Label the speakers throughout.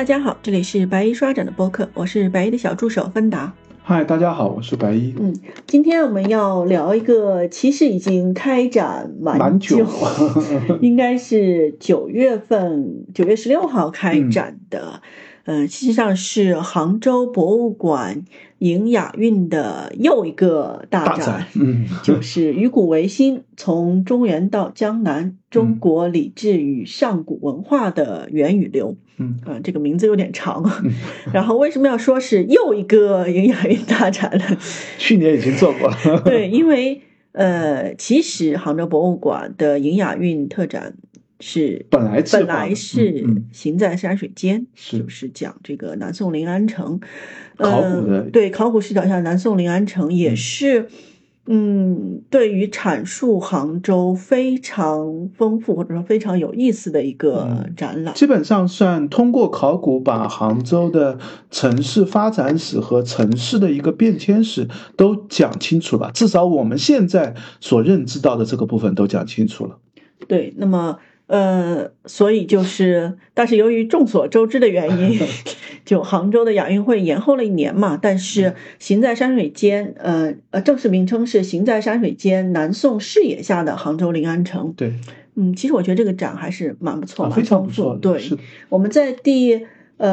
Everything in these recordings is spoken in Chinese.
Speaker 1: 大家好，这里是白衣刷展的播客，我是白衣的小助手芬达。
Speaker 2: 嗨，大家好，我是白衣。
Speaker 1: 今天我们要聊一个其实已经开展蛮久应该是9月16号开展的，实际上是杭州博物馆迎亚运的又一个大展，就是与古维新，从中原到江南，中国礼制与上古文化的源与流。这个名字有点长。然后为什么要说是又一个迎亚运大展呢？
Speaker 2: 去年已经做过了。
Speaker 1: 对，因为其实杭州博物馆的迎亚运特展是本来是行在山水间，就是讲这个南宋临安城，
Speaker 2: 考古的，
Speaker 1: 对，考古视角下南宋临安城也是对于阐述杭州非常丰富或者说非常有意思的一个展览，
Speaker 2: 基本上算通过考古把杭州的城市发展史和城市的一个变迁史都讲清楚了，至少我们现在所认知到的这个部分都讲清楚了。
Speaker 1: 对，那么所以但是由于众所周知的原因，就杭州的亚运会延后了1年嘛，但是行在山水间，正式名称是行在山水间南宋视野下的杭州临安城。
Speaker 2: 对，
Speaker 1: 其实我觉得这个展还是蛮不错，
Speaker 2: 非常不错。
Speaker 1: 对，我们在第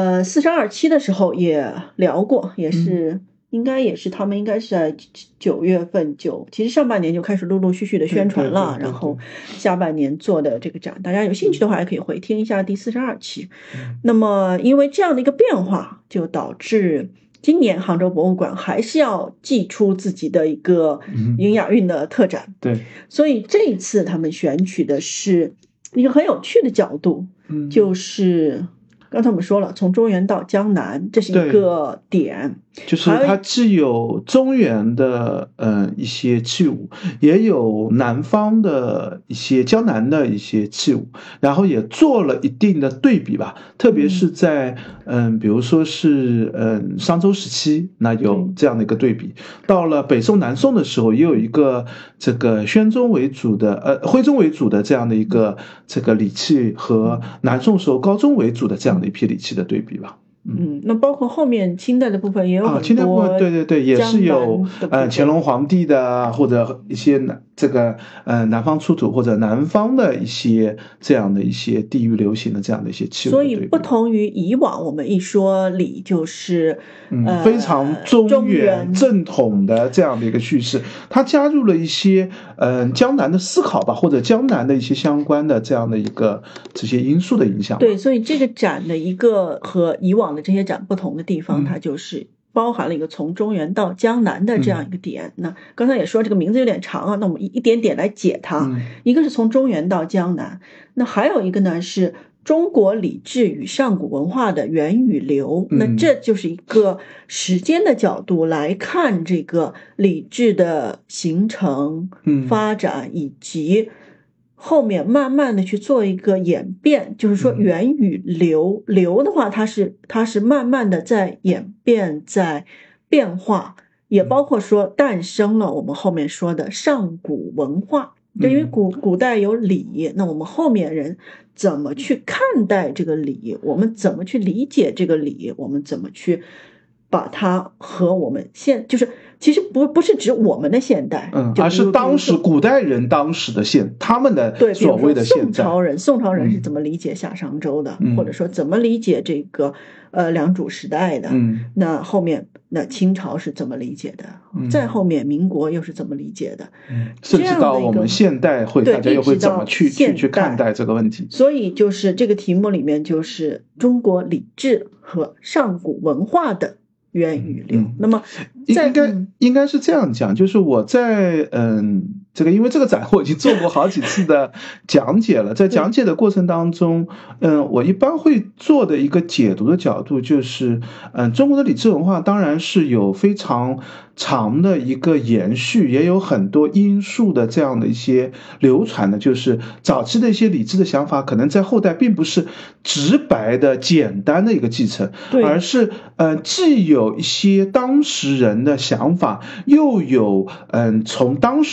Speaker 1: 42期的时候也聊过，也是。他们应该是在9月份其实上半年就开始陆陆续续的宣传了，然后下半年做的这个展，大家有兴趣的话也可以回听一下第42期。那么因为这样的一个变化，就导致今年杭州博物馆还是要祭出自己的一个迎亚运的特展。
Speaker 2: 对，
Speaker 1: 所以这一次他们选取的是一个很有趣的角度，就是刚才我们说了，从中原到江南，这是一个点，
Speaker 2: 就是它既有中原的一些器物，也有南方的一些江南的一些器物，然后也做了一定的对比吧，特别是在比如说是商周时期，那有这样的一个对比，到了北宋南宋的时候，也有一个这个徽宗为主的这样的一个这个礼器，和南宋时候高宗为主的这样的一批礼器的对比吧。
Speaker 1: 那包括后面清代的部分也有很多，
Speaker 2: 清代部分对，也是有乾隆皇帝的，或者一些南方出土或者南方的一些这样的一些地域流行的这样的一些器物。
Speaker 1: 所以不同于以往我们一说礼就是
Speaker 2: 非常中原正统的这样的一个叙事，它加入了一些江南的思考吧，或者江南的一些相关的这样的一个这些因素的影响。
Speaker 1: 对，所以这个展的一个和以往的这些展不同的地方，它就是包含了一个从中原到江南的这样一个点。那刚才也说这个名字有点长啊，那我们一点点来解它。一个是从中原到江南，那还有一个呢是中国礼制与上古文化的源与流。那这就是一个时间的角度来看这个礼制的形成、发展以及后面慢慢的去做一个演变，就是说源与流，流的话它是慢慢的在演变，在变化，也包括说诞生了我们后面说的上古文化。因为古代有礼，那我们后面人怎么去看待这个礼，我们怎么去理解这个礼，我们怎么去把它和我们就是其实不是指我们的现代，
Speaker 2: 而是当时古代人当时的他们的所谓的现代。
Speaker 1: 宋朝人是怎么理解夏商周的，或者说怎么理解这个良渚时代的，那后面那清朝是怎么理解的，再后面民国又是怎么理解的，
Speaker 2: 甚至到我们现代大家又会怎么去看待这个问题。
Speaker 1: 所以就是这个题目里面就是中国礼制和上古文化的源与流。那么
Speaker 2: 应该是这样讲，就是我在因为这个展我已经做过好几次的讲解了，在讲解的过程当中，我一般会做的一个解读的角度就是，中国的礼制文化当然是有非常长的一个延续，也有很多因素的这样的一些流传的，就是早期的一些礼制的想法，可能在后代并不是直白的、简单的一个继承，而是既有一些当时人的想法，又有从当事人看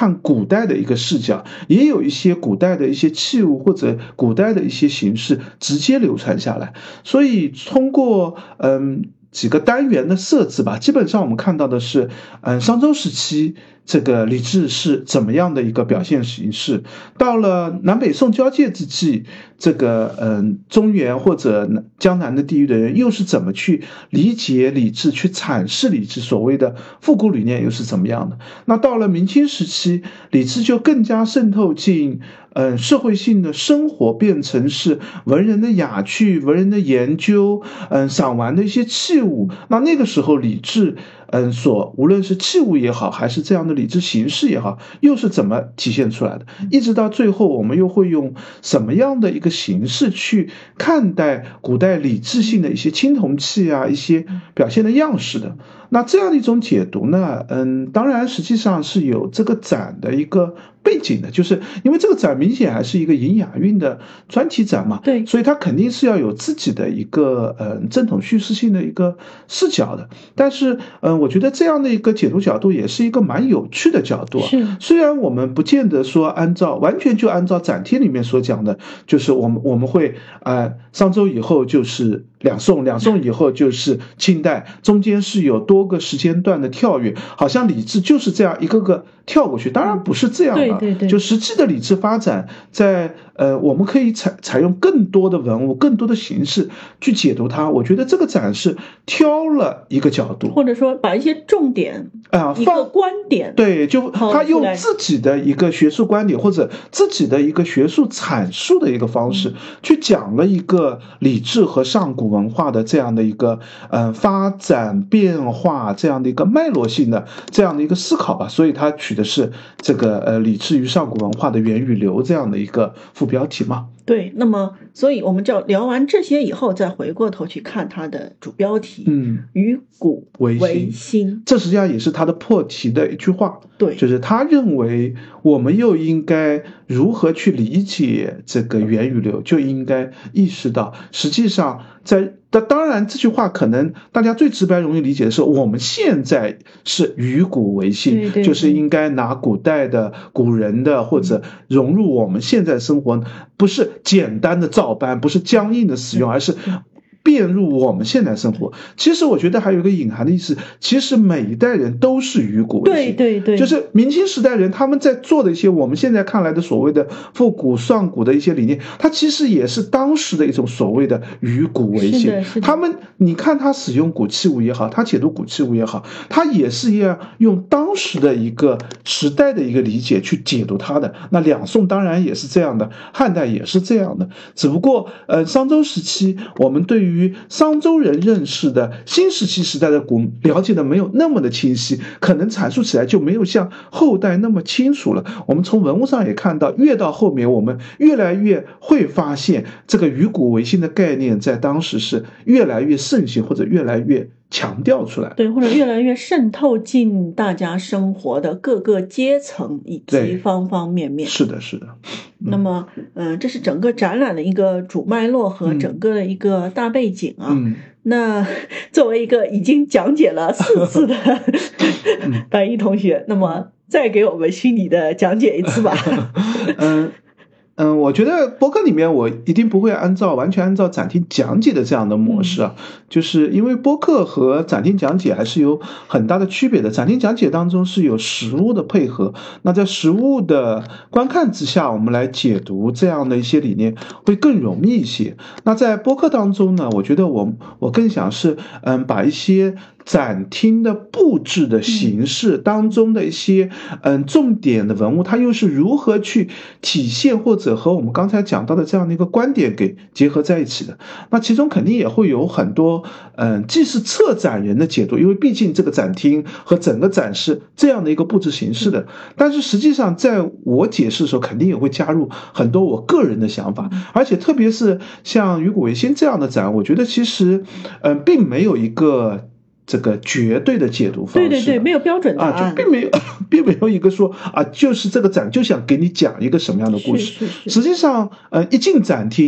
Speaker 2: 看古代的一个视角，也有一些古代的一些器物或者古代的一些形式直接流传下来。所以通过几个单元的设置吧，基本上我们看到的是商周时期这个礼制是怎么样的一个表现形式，到了南北宋交界之际，这个中原或者江南的地域的人又是怎么去理解礼制，去阐释礼制，所谓的复古理念又是怎么样的。那到了明清时期，礼制就更加渗透进社会性的生活，变成是文人的雅趣、文人的研究，赏玩的一些器物。那个时候礼制无论是器物也好，还是这样的礼制形式也好，又是怎么体现出来的？一直到最后，我们又会用什么样的一个形式去看待古代礼制性的一些青铜器啊，一些表现的样式的？那这样的一种解读呢，当然实际上是有这个展的一个背景的，就是因为这个展明显还是一个迎雅韵的专题展嘛，
Speaker 1: 对，
Speaker 2: 所以它肯定是要有自己的一个正统叙事性的一个视角的。但是我觉得这样的一个解读角度也是一个蛮有趣的角度。虽然我们不见得说完全就按照展厅里面所讲的，就是我们会商周以后就是两宋以后就是清代，中间是有多个时间段的跳跃，好像礼制就是这样一个个跳过去。当然不是这样的，
Speaker 1: 对，
Speaker 2: 就实际的礼制发展在我们可以采用更多的文物、更多的形式去解读它。我觉得这个展示挑了一个角度，
Speaker 1: 或者说把一些重点一个观点，
Speaker 2: 对，就他用自己的一个学术观点或者自己的一个学术阐述的一个方式，去讲了一个礼制和上古文化的这样的一个发展变化，这样的一个脉络性的这样的一个思考吧。所以他取的是这个礼制与上古文化的源与流这样的一个副标题嘛。
Speaker 1: 对，那么所以我们就要聊完这些以后，再回过头去看它的主标题，于古为新，
Speaker 2: 这实际上也是他的破题的一句话。
Speaker 1: 对，
Speaker 2: 就是他认为我们又应该如何去理解这个源与流，就应该意识到，实际上当然这句话可能大家最直白容易理解的是，我们现在是于古为新，就是应该拿古代的古人的或者融入我们现在生活，不是简单的照搬，不是僵硬的使用，而是变入我们现代生活。其实我觉得还有一个隐含的意思，其实每一代人都是于古为新。
Speaker 1: 对，
Speaker 2: 就是明清时代人他们在做的一些我们现在看来的所谓的复古上古的一些理念，它其实也是当时的一种所谓的于古为新。他们你看他使用古器物也好，他解读古器物也好，他也是要用当时的一个时代的一个理解去解读它的。那两宋当然也是这样的，汉代也是这样的，只不过商周时期我们对于商周人认识的新石器时代的古了解的没有那么的清晰，可能阐述起来就没有像后代那么清楚了。我们从文物上也看到，越到后面我们越来越会发现这个于古为新的概念在当时是越来越盛行，或者越来越强调出来，
Speaker 1: 对，或者越来越渗透进大家生活的各个阶层以及方方面面。
Speaker 2: 是的。
Speaker 1: 那么这是整个展览的一个主脉络和整个的一个大背景啊。那作为一个已经讲解了4次的白衣同学，那么再给我们虚拟的讲解一次吧。
Speaker 2: 我觉得播客里面我一定不会完全按照展厅讲解的这样的模式啊，就是因为播客和展厅讲解还是有很大的区别的。展厅讲解当中是有实物的配合，那在实物的观看之下，我们来解读这样的一些理念会更容易一些。那在播客当中呢，我觉得我更想是把一些展厅的布置的形式当中的一些重点的文物，它又是如何去体现或者和我们刚才讲到的这样的一个观点给结合在一起的。那其中肯定也会有很多既是策展人的解读，因为毕竟这个展厅和整个展示这样的一个布置形式的，但是实际上在我解释的时候肯定也会加入很多我个人的想法。而且特别是像于古为新这样的展，我觉得其实并没有一个这个绝对的解读方式，
Speaker 1: 对，没有标准答案，
Speaker 2: 就并没有一个说就是这个展就想给你讲一个什么样的故事。
Speaker 1: 是
Speaker 2: 实际上一进展厅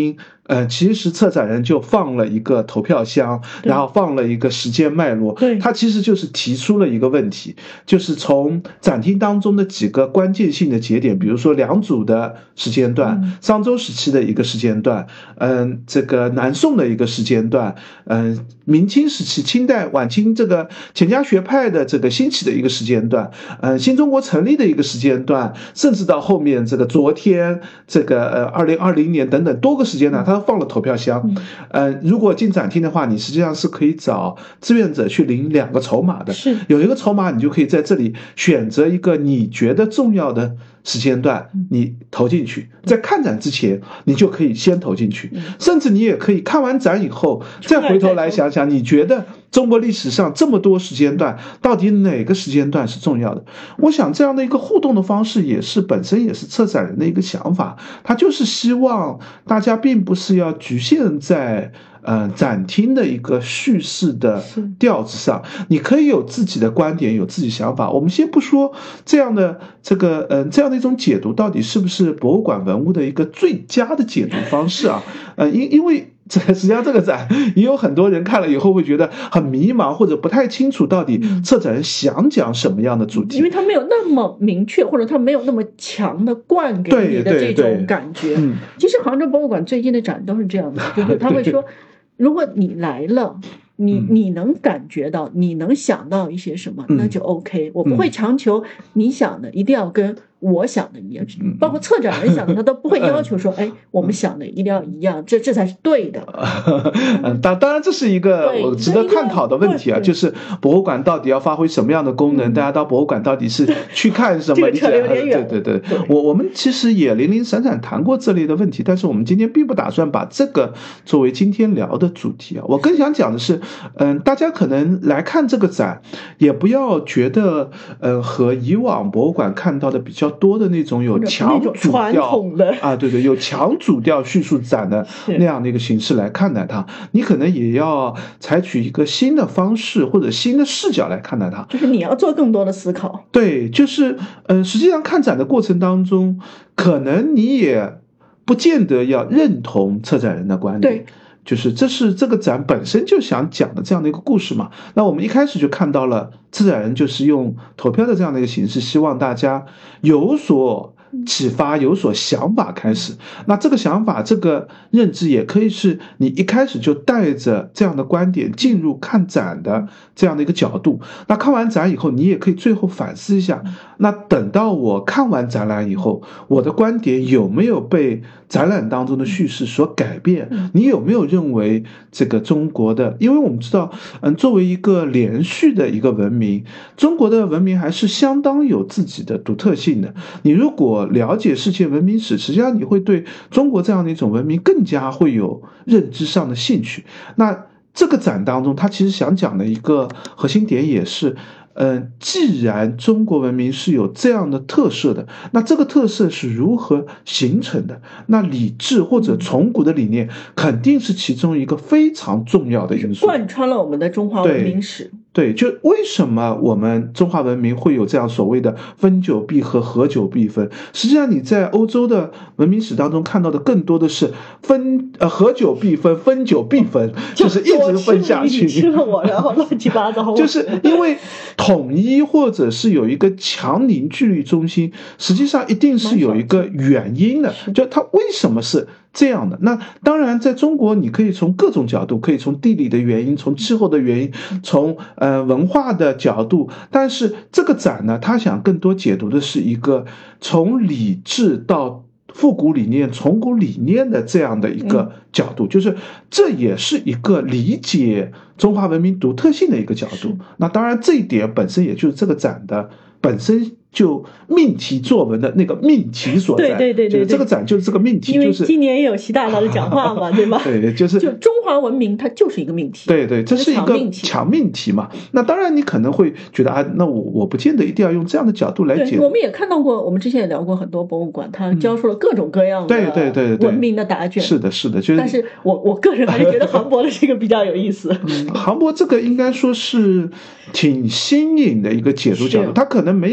Speaker 2: 其实策展人就放了一个投票箱，然后放了一个时间脉络，他其实就是提出了一个问题，就是从展厅当中的几个关键性的节点，比如说良渚的时间段，商周时期的一个时间段，这个南宋的一个时间段，明清时期、清代晚清这个钱家学派的这个兴起的一个时间段，新中国成立的一个时间段，甚至到后面这个昨天这个2020年等等多个时间段，他放了投票箱。如果进展厅的话，你实际上是可以找志愿者去领2个筹码的，
Speaker 1: 是
Speaker 2: 有一个筹码你就可以在这里选择一个你觉得重要的时间段，你投进去，在看展之前你就可以先投进去，甚至你也可以看完展以后再回头来想想，你觉得中国历史上这么多时间段，到底哪个时间段是重要的？我想这样的一个互动的方式本身也是策展人的一个想法，他就是希望大家并不是要局限在展厅的一个叙事的调子上，你可以有自己的观点，有自己想法。我们先不说这样的一种解读到底是不是博物馆文物的一个最佳的解读方式啊？因为实际上这个展也有很多人看了以后会觉得很迷茫，或者不太清楚到底策展人想讲什么样的主题，
Speaker 1: 因为他没有那么明确，或者他没有那么强的灌给你的这种感觉。其实杭州博物馆最近的展都是这样的，就是他会说如果你来了，你能感觉到，你能想到一些什么，那就 OK。我不会强求你想的一定要跟我想的一样，包括策展人想的，他都不会要求说，我们想的一定要一样，这才是对的。
Speaker 2: 当然这是一个我值得探讨的问题啊，就是博物馆到底要发挥什么样的功能？大家到博物馆到底是去看什么？
Speaker 1: 这个扯得有点远。
Speaker 2: 对，我们其实也零零散散谈过这类的问题，但是我们今天并不打算把这个作为今天聊的主题啊。我更想讲的是，大家可能来看这个展，也不要觉得和以往博物馆看到的比较多的那种有强主调啊，对，有强主调叙述展的那样的一个形式来看待它，你可能也要采取一个新的方式或者新的视角来看待它，
Speaker 1: 就是你要做更多的思考。
Speaker 2: 对，就是实际上看展的过程当中，可能你也不见得要认同策展人的观点。
Speaker 1: 对，
Speaker 2: 就是这是这个展本身就想讲的这样的一个故事嘛。那我们一开始就看到了策展人就是用投票的这样的一个形式，希望大家有所启发，有所想法开始。那这个想法，这个认知也可以是你一开始就带着这样的观点进入看展的这样的一个角度。那看完展以后，你也可以最后反思一下，那等到我看完展览以后，我的观点有没有被展览当中的叙事所改变？你有没有认为这个中国的，因为我们知道作为一个连续的一个文明，中国的文明还是相当有自己的独特性的。你如果了解世界文明史，实际上你会对中国这样的一种文明更加会有认知上的兴趣。那这个展当中，他其实想讲的一个核心点也是既然中国文明是有这样的特色的，那这个特色是如何形成的？那理智或者从古的理念肯定是其中一个非常重要的因素，
Speaker 1: 贯穿了我们的中华文明史。
Speaker 2: 对，就为什么我们中华文明会有这样所谓的分久必合，合久必分？实际上你在欧洲的文明史当中看到的更多的是合久必分，分久必分，就是一直分下去。
Speaker 1: 你吃了我，然后乱七八糟。
Speaker 2: 就是因为统一或者是有一个强凝聚力中心，实际上一定是有一个原因的，就它为什么是这样的。那当然在中国你可以从各种角度，可以从地理的原因，从气候的原因，从文化的角度，但是这个展呢，他想更多解读的是一个从理智到复古理念、从古理念的这样的一个角度，就是这也是一个理解中华文明独特性的一个角度。那当然这一点本身也就是这个展的本身就命题作文的那个命题所在。
Speaker 1: 对，
Speaker 2: 就是这个展就是这个命题，
Speaker 1: 因为今年也有习大大的讲话嘛，对吧？
Speaker 2: 对，就
Speaker 1: 中华文明它就是一个命题。
Speaker 2: 对，这是一个强命题嘛。那当然你可能会觉得那我不见得一定要用这样的角度来解读。
Speaker 1: 我们也看到过，我们之前也聊过很多博物馆，它交出了各种各样的文明的答卷。
Speaker 2: 是的，就是。
Speaker 1: 但是我个人还是觉得杭博的这个比较有意思。
Speaker 2: 杭博这个应该说是挺新颖的一个解读角度，它可能没有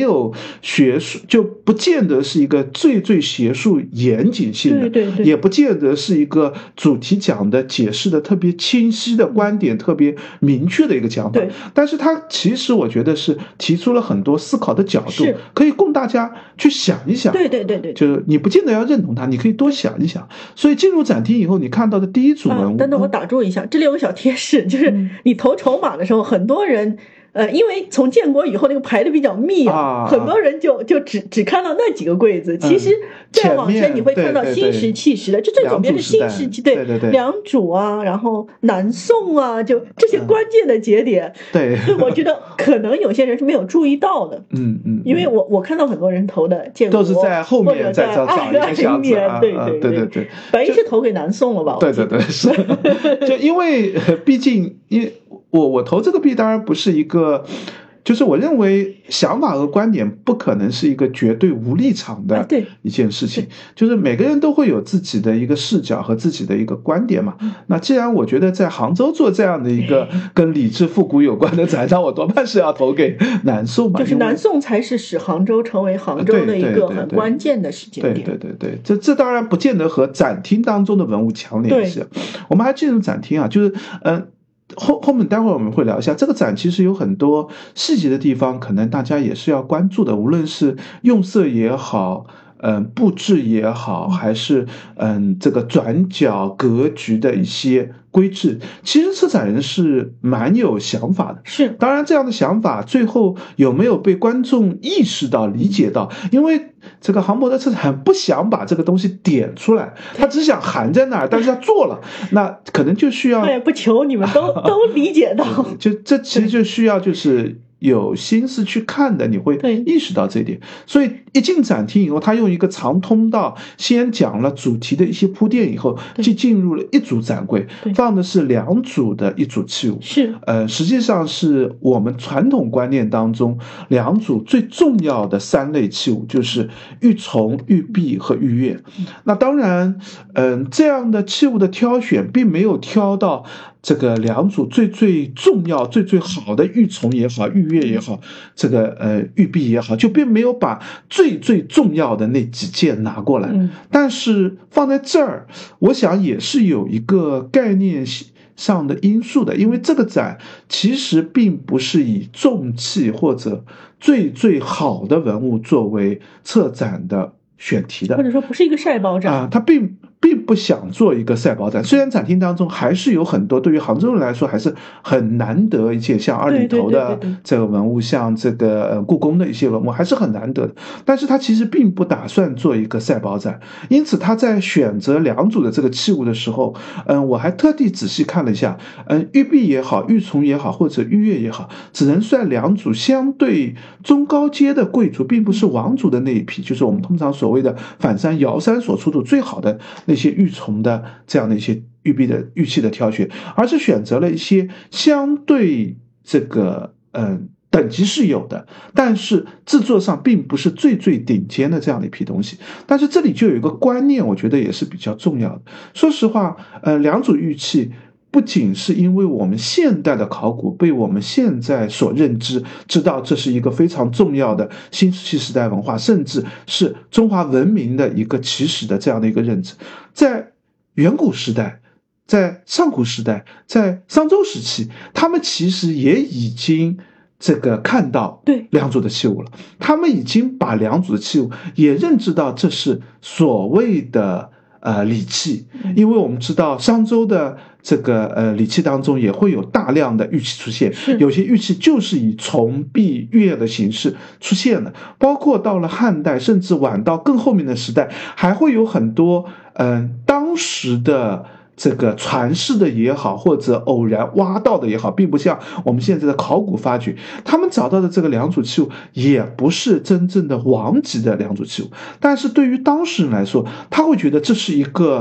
Speaker 2: 学术，就不见得是一个最学术严谨性的，
Speaker 1: 对，
Speaker 2: 也不见得是一个主题讲的解释的特别清晰的观点，特别明确的一个讲法。但是它其实我觉得是提出了很多思考的角度，可以供大家去想一想。
Speaker 1: 对，
Speaker 2: 就是你不见得要认同它，你可以多想一想。所以进入展厅以后，你看到的第一组文物，
Speaker 1: 等等，我打住一下，这里有个小贴士，就是你投筹码的时候，很多人。因为从建国以后那个排的比较密很多人就只看到那几个柜子，其实再往前你会看到新石器时的，这最左边是新石器，
Speaker 2: 对，
Speaker 1: 良渚啊，然后南宋啊，就这些关键的节点，
Speaker 2: 对，
Speaker 1: 我觉得可能有些人是没有注意到的，因为我看到很多人投的建国
Speaker 2: 都是在后面再找一个箱子，对，
Speaker 1: 白是投给南宋了吧？
Speaker 2: 对，是，就因为毕竟我投这个币当然不是一个，就是我认为想法和观点不可能是一个绝对无立场的一件事情，就是每个人都会有自己的一个视角和自己的一个观点嘛。那既然我觉得在杭州做这样的一个跟礼制复古有关的展，那我多半是要投给南宋嘛，
Speaker 1: 就是南宋才是使杭州成为杭州的一个很关键的时间点。
Speaker 2: 对，这当然不见得和展厅当中的文物强联系。我们还进入展厅啊，就是后面待会儿我们会聊一下这个展，其实有很多细节的地方，可能大家也是要关注的，无论是用色也好，布置也好，还是这个转角格局的一些规制，其实策展人是蛮有想法的。
Speaker 1: 是，
Speaker 2: 当然这样的想法最后有没有被观众意识到、理解到？因为这个航博的策展不想把这个东西点出来，他只想含在那儿，但是他做了，那可能就需要，
Speaker 1: 他也不求你们都理解到，
Speaker 2: 就这其实就需要就是有心思去看的，你会意识到这一点。所以一进展厅以后，他用一个长通道先讲了主题的一些铺垫以后，就进入了一组展柜，放的是两组的一组器物。
Speaker 1: 是，
Speaker 2: 实际上是我们传统观念当中两组最重要的三类器物，就是玉琮、玉璧和玉钺。那当然，这样的器物的挑选并没有挑到这个两组最重要、最好的玉琮也好，玉钺也好，这个玉璧也好，就并没有把最重要的那几件拿过来。但是放在这儿，我想也是有一个概念上的因素的，因为这个展其实并不是以重器或者最好的文物作为策展的选题的，
Speaker 1: 或者说不是一个晒包展
Speaker 2: 它并不想做一个赛包展。虽然展厅当中还是有很多对于杭州人来说还是很难得一些，像二里头的这个文物，像这个故宫的一些文物还是很难得的，但是他其实并不打算做一个赛包展。因此他在选择两组的这个器物的时候，我还特地仔细看了一下，玉璧也好，玉琮也好，或者玉钺也好，只能算两组相对中高阶的贵族，并不是王族的那一批，就是我们通常所谓的反山瑶山所出土最好的那些玉琮的这样的一些玉璧的玉器的挑选，而是选择了一些相对这个等级是有的，但是制作上并不是最顶尖的这样的一批东西。但是这里就有一个观念，我觉得也是比较重要的。说实话，两组玉器不仅是因为我们现代的考古被我们现在所认知，知道这是一个非常重要的新石器时代文化，甚至是中华文明的一个起始的这样的一个认知。在远古时代，在上古时代，在商周时期，他们其实也已经这个看到两组的器物了，他们已经把两组的器物也认知到这是所谓的礼器。因为我们知道商周的这个礼器当中也会有大量的玉器出现，有些玉器就是以琮、璧、钺的形式出现的，包括到了汉代，甚至晚到更后面的时代，还会有很多当时的这个传世的也好，或者偶然挖到的也好，并不像我们现在的考古发掘，他们找到的这个两组器物也不是真正的王级的两组器物，但是对于当事人来说，他会觉得这是一个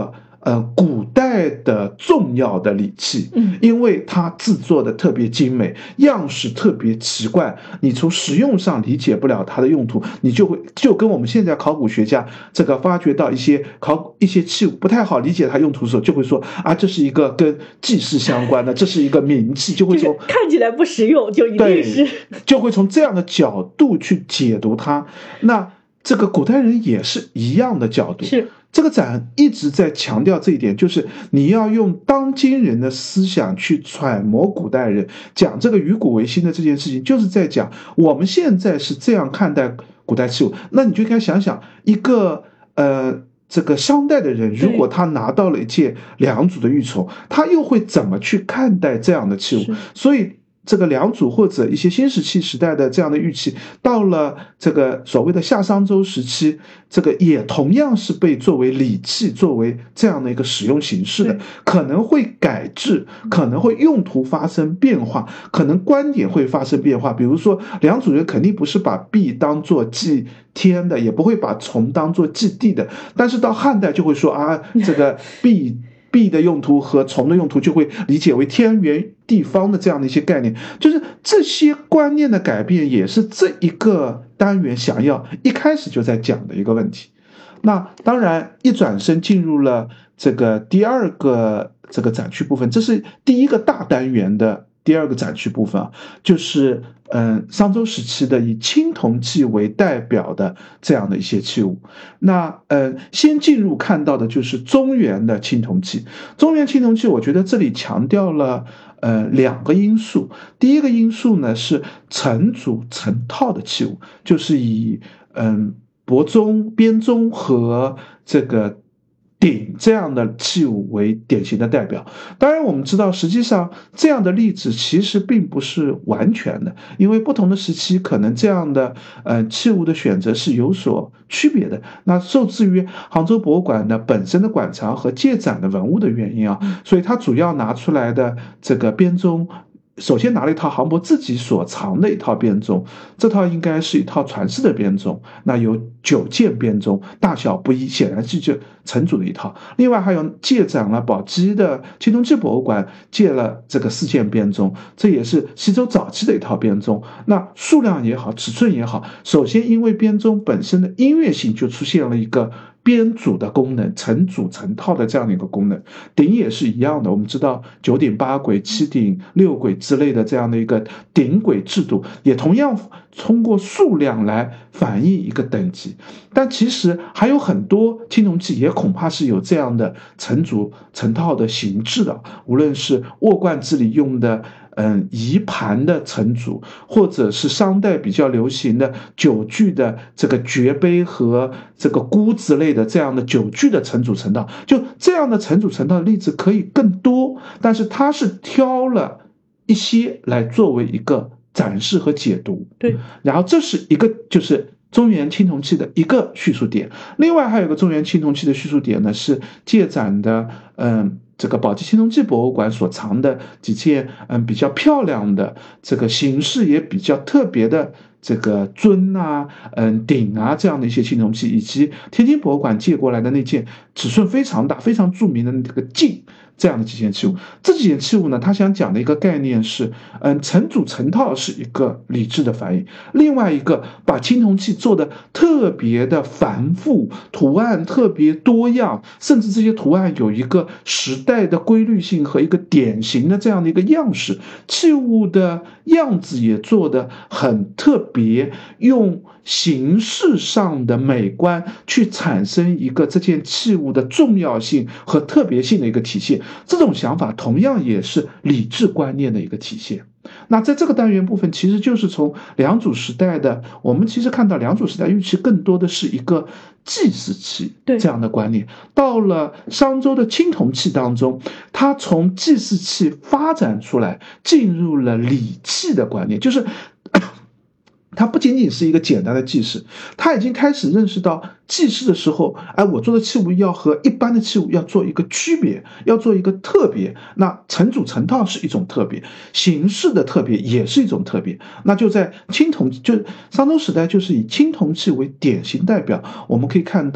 Speaker 2: 古代的重要的礼器，因为它制作的特别精美，样式特别奇怪，你从实用上理解不了它的用途，你就跟我们现在考古学家这个发掘到一些器物不太好理解它用途的时候，就会说啊，这是一个跟祭祀相关的，这是一个冥器，就会从
Speaker 1: 看起来不实用，就一定是
Speaker 2: 就会从这样的角度去解读它。那这个古代人也是一样的角度，
Speaker 1: 是
Speaker 2: 这个展一直在强调这一点，就是你要用当今人的思想去揣摩古代人，讲这个与古为新的这件事情，就是在讲我们现在是这样看待古代器物。那你就应该想想，一个这个商代的人，如果他拿到了一件良渚的玉琮，他又会怎么去看待这样的器物？所以这个良渚或者一些新石器时代的这样的玉器，到了这个所谓的夏商周时期，这个也同样是被作为礼器，作为这样的一个使用形式的，可能会改制，可能会用途发生变化，可能观点会发生变化。比如说良渚人肯定不是把璧当作祭天的，也不会把琮当作祭地的，但是到汉代就会说啊，这个璧的用途和琮的用途就会理解为天圆地方的这样的一些概念，就是这些观念的改变，也是这一个单元想要一开始就在讲的一个问题。那当然一转身进入了这个第二个这个展区部分，这是第一个大单元的第二个展区部分啊，就是商周时期的以青铜器为代表的这样的一些器物。那先进入看到的就是中原的青铜器。中原青铜器我觉得这里强调了两个因素。第一个因素呢是成组成套的器物，就是以帛宗、编宗和这个鼎这样的器物为典型的代表。当然我们知道实际上这样的例子其实并不是完全的，因为不同的时期可能这样的器物的选择是有所区别的。那受制于杭州博物馆的本身的馆藏和借展的文物的原因啊，所以它主要拿出来的这个编宗，首先拿了一套杭博自己所藏的一套编钟，这套应该是一套传世的编钟，那有9件编钟，大小不一，显然是就成组的一套。另外还有借展了宝鸡的青铜器博物馆借了这个4件编钟，这也是西周早期的一套编钟。那数量也好，尺寸也好，首先因为编钟本身的音乐性就出现了一个编组的功能，成组成套的这样的一个功能。鼎也是一样的，我们知道9鼎8簋7鼎6簋之类的这样的一个鼎簋制度，也同样通过数量来反映一个等级。但其实还有很多青铜器也恐怕是有这样的成组成套的形制的，无论是握罐制里用的仪盘的成组，或者是商代比较流行的酒具的这个爵杯和这个箍之类的这样的酒具的成组成套，就这样的成组成套的例子可以更多，但是它是挑了一些来作为一个展示和解读。
Speaker 1: 对，
Speaker 2: 然后这是一个就是中原青铜器的一个叙述点。另外还有一个中原青铜器的叙述点呢，是借展的这个宝鸡青铜器博物馆所藏的几件比较漂亮的这个形式也比较特别的这个尊啊鼎啊这样的一些青铜器，以及天津博物馆借过来的那件尺寸非常大非常著名的那个镜，这样的几件器物。这几件器物呢，他想讲的一个概念是成组成套是一个理智的反应，另外一个把青铜器做的特别的繁复，图案特别多样，甚至这些图案有一个时代的规律性和一个典型的这样的一个样式，器物的样子也做得很特别，用形式上的美观去产生一个这件器物的重要性和特别性的一个体现。这种想法同样也是理智观念的一个体现。那在这个单元部分，其实就是从良渚时代的，我们其实看到良渚时代玉器更多的是一个祭祀器这样的观念，到了商周的青铜器当中，它从祭祀器发展出来，进入了礼器的观念，就是它不仅仅是一个简单的祭祀，它已经开始认识到祭祀的时候，我做的器物要和一般的器物要做一个区别，要做一个特别。那成组成套是一种特别，形式的特别也是一种特别。那就在青铜，就商周时代就是以青铜器为典型代表，我们可以看到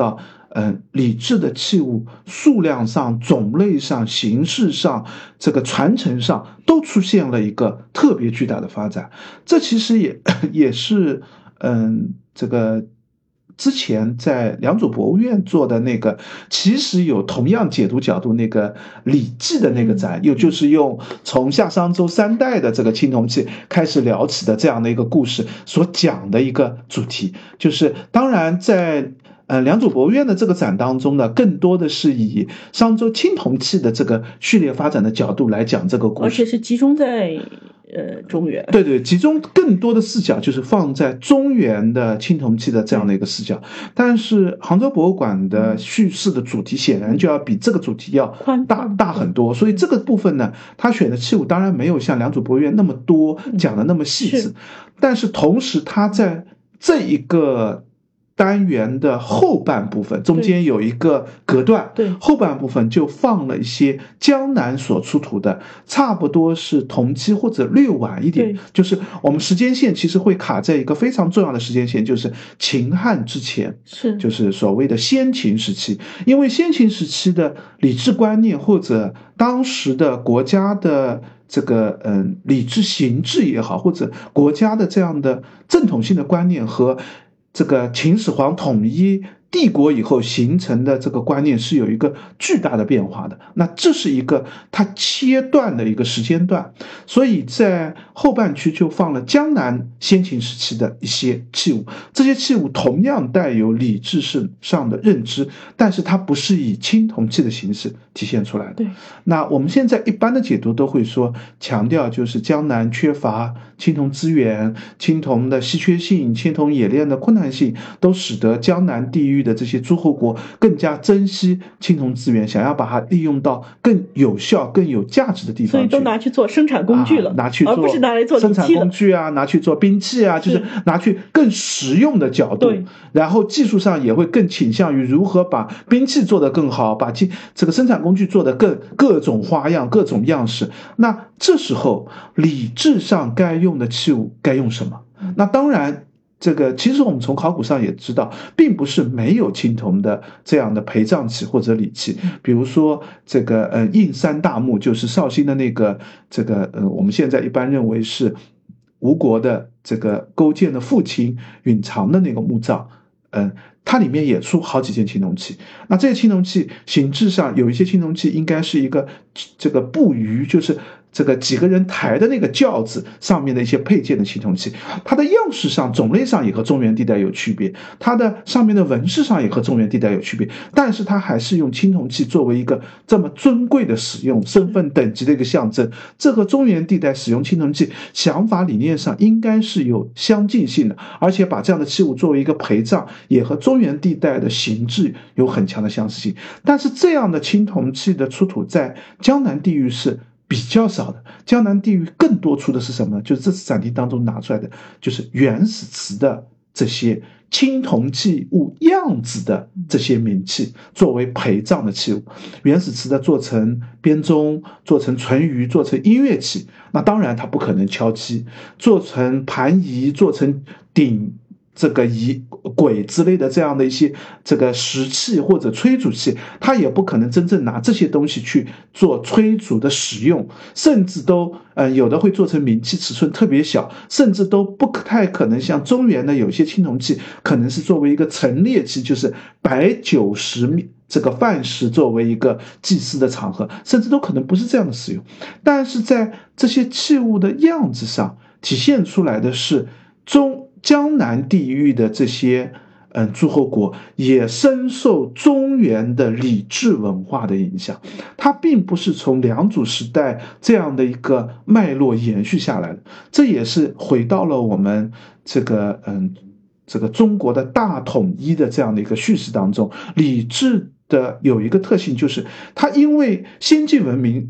Speaker 2: 礼制的器物数量上、种类上、形式上、这个传承上都出现了一个特别巨大的发展。这其实也是这个之前在良渚博物院做的那个，其实有同样解读角度那个礼记的那个展，又就是用从夏商周3代的这个青铜器开始聊起的这样的一个故事所讲的一个主题。就是当然在良渚博物院的这个展当中呢，更多的是以商周青铜器的这个序列发展的角度来讲这个故事，
Speaker 1: 而且是集中在中原。
Speaker 2: 对对，集中更多的视角就是放在中原的青铜器的这样的一个视角。但是杭州博物馆的叙事的主题显然就要比这个主题要大很多，所以这个部分呢，他选的器物当然没有像良渚博物院那么多，讲的那么细致，但是同时他在这一个单元的后半部分中间有一个隔断，后半部分就放了一些江南所出土的，差不多是同期或者略晚一点，就是我们时间线其实会卡在一个非常重要的时间线，就是秦汉之前，就是所谓的先秦时期。因为先秦时期的礼制观念或者当时的国家的这个礼制形制也好，或者国家的这样的正统性的观念和这个秦始皇统一帝国以后形成的这个观念是有一个巨大的变化的，那这是一个它切断的一个时间段，所以在后半区就放了江南先秦时期的一些器物，这些器物同样带有礼制上的认知，但是它不是以青铜器的形式体现出来的。那我们现在一般的解读都会说，强调就是江南缺乏青铜资源，青铜的稀缺性，青铜冶炼的困难性，都使得江南地域的这些诸侯国更加珍惜青铜资源，想要把它利用到更有效、更有价值的地方去，
Speaker 1: 所以都拿去做生产工具了，
Speaker 2: 拿去做，
Speaker 1: 而不是拿来做
Speaker 2: 生产工具啊，拿去做兵器啊，就是拿去更实用的角度。然后技术上也会更倾向于如何把兵器做得更好，把这个生产工具做得更各种花样、各种样式。那这时候礼制上该用的器物该用什么？那当然这个其实我们从考古上也知道，并不是没有青铜的这样的陪葬器或者礼器，比如说这个应山大墓，就是绍兴的那个这个我们现在一般认为是吴国的这个勾践的父亲允常的那个墓葬，它里面也出好几件青铜器。那这些青铜器形制上有一些青铜器应该是一个这个步舆，就是这个几个人抬的那个轿子上面的一些配件的青铜器，它的样式上、种类上也和中原地带有区别，它的上面的纹饰上也和中原地带有区别，但是它还是用青铜器作为一个这么尊贵的使用、身份等级的一个象征。这和中原地带使用青铜器想法理念上应该是有相近性的，而且把这样的器物作为一个陪葬，也和中原地带的形制有很强的相似性。但是这样的青铜器的出土在江南地域是比较少的，江南地域更多出的是什么呢？就是这次展厅当中拿出来的，就是原始瓷的这些青铜器物样子的这些名器，作为陪葬的器物。原始瓷的做成编钟，做成淳盂，做成音乐器，那当然它不可能敲击；做成盘仪，做成鼎这个仪轨之类的这样的一些这个石器或者吹竹器，它也不可能真正拿这些东西去做吹竹的使用，甚至都有的会做成名器，尺寸特别小，甚至都不太可能像中原的有些青铜器可能是作为一个陈列器，就是摆酒食这个饭食作为一个祭祀的场合，甚至都可能不是这样的使用。但是在这些器物的样子上体现出来的是江南地域的这些诸侯国也深受中原的礼制文化的影响，它并不是从良渚时代这样的一个脉络延续下来的，这也是回到了我们这个中国的大统一的这样的一个叙事当中。礼制的有一个特性，就是它因为先进文明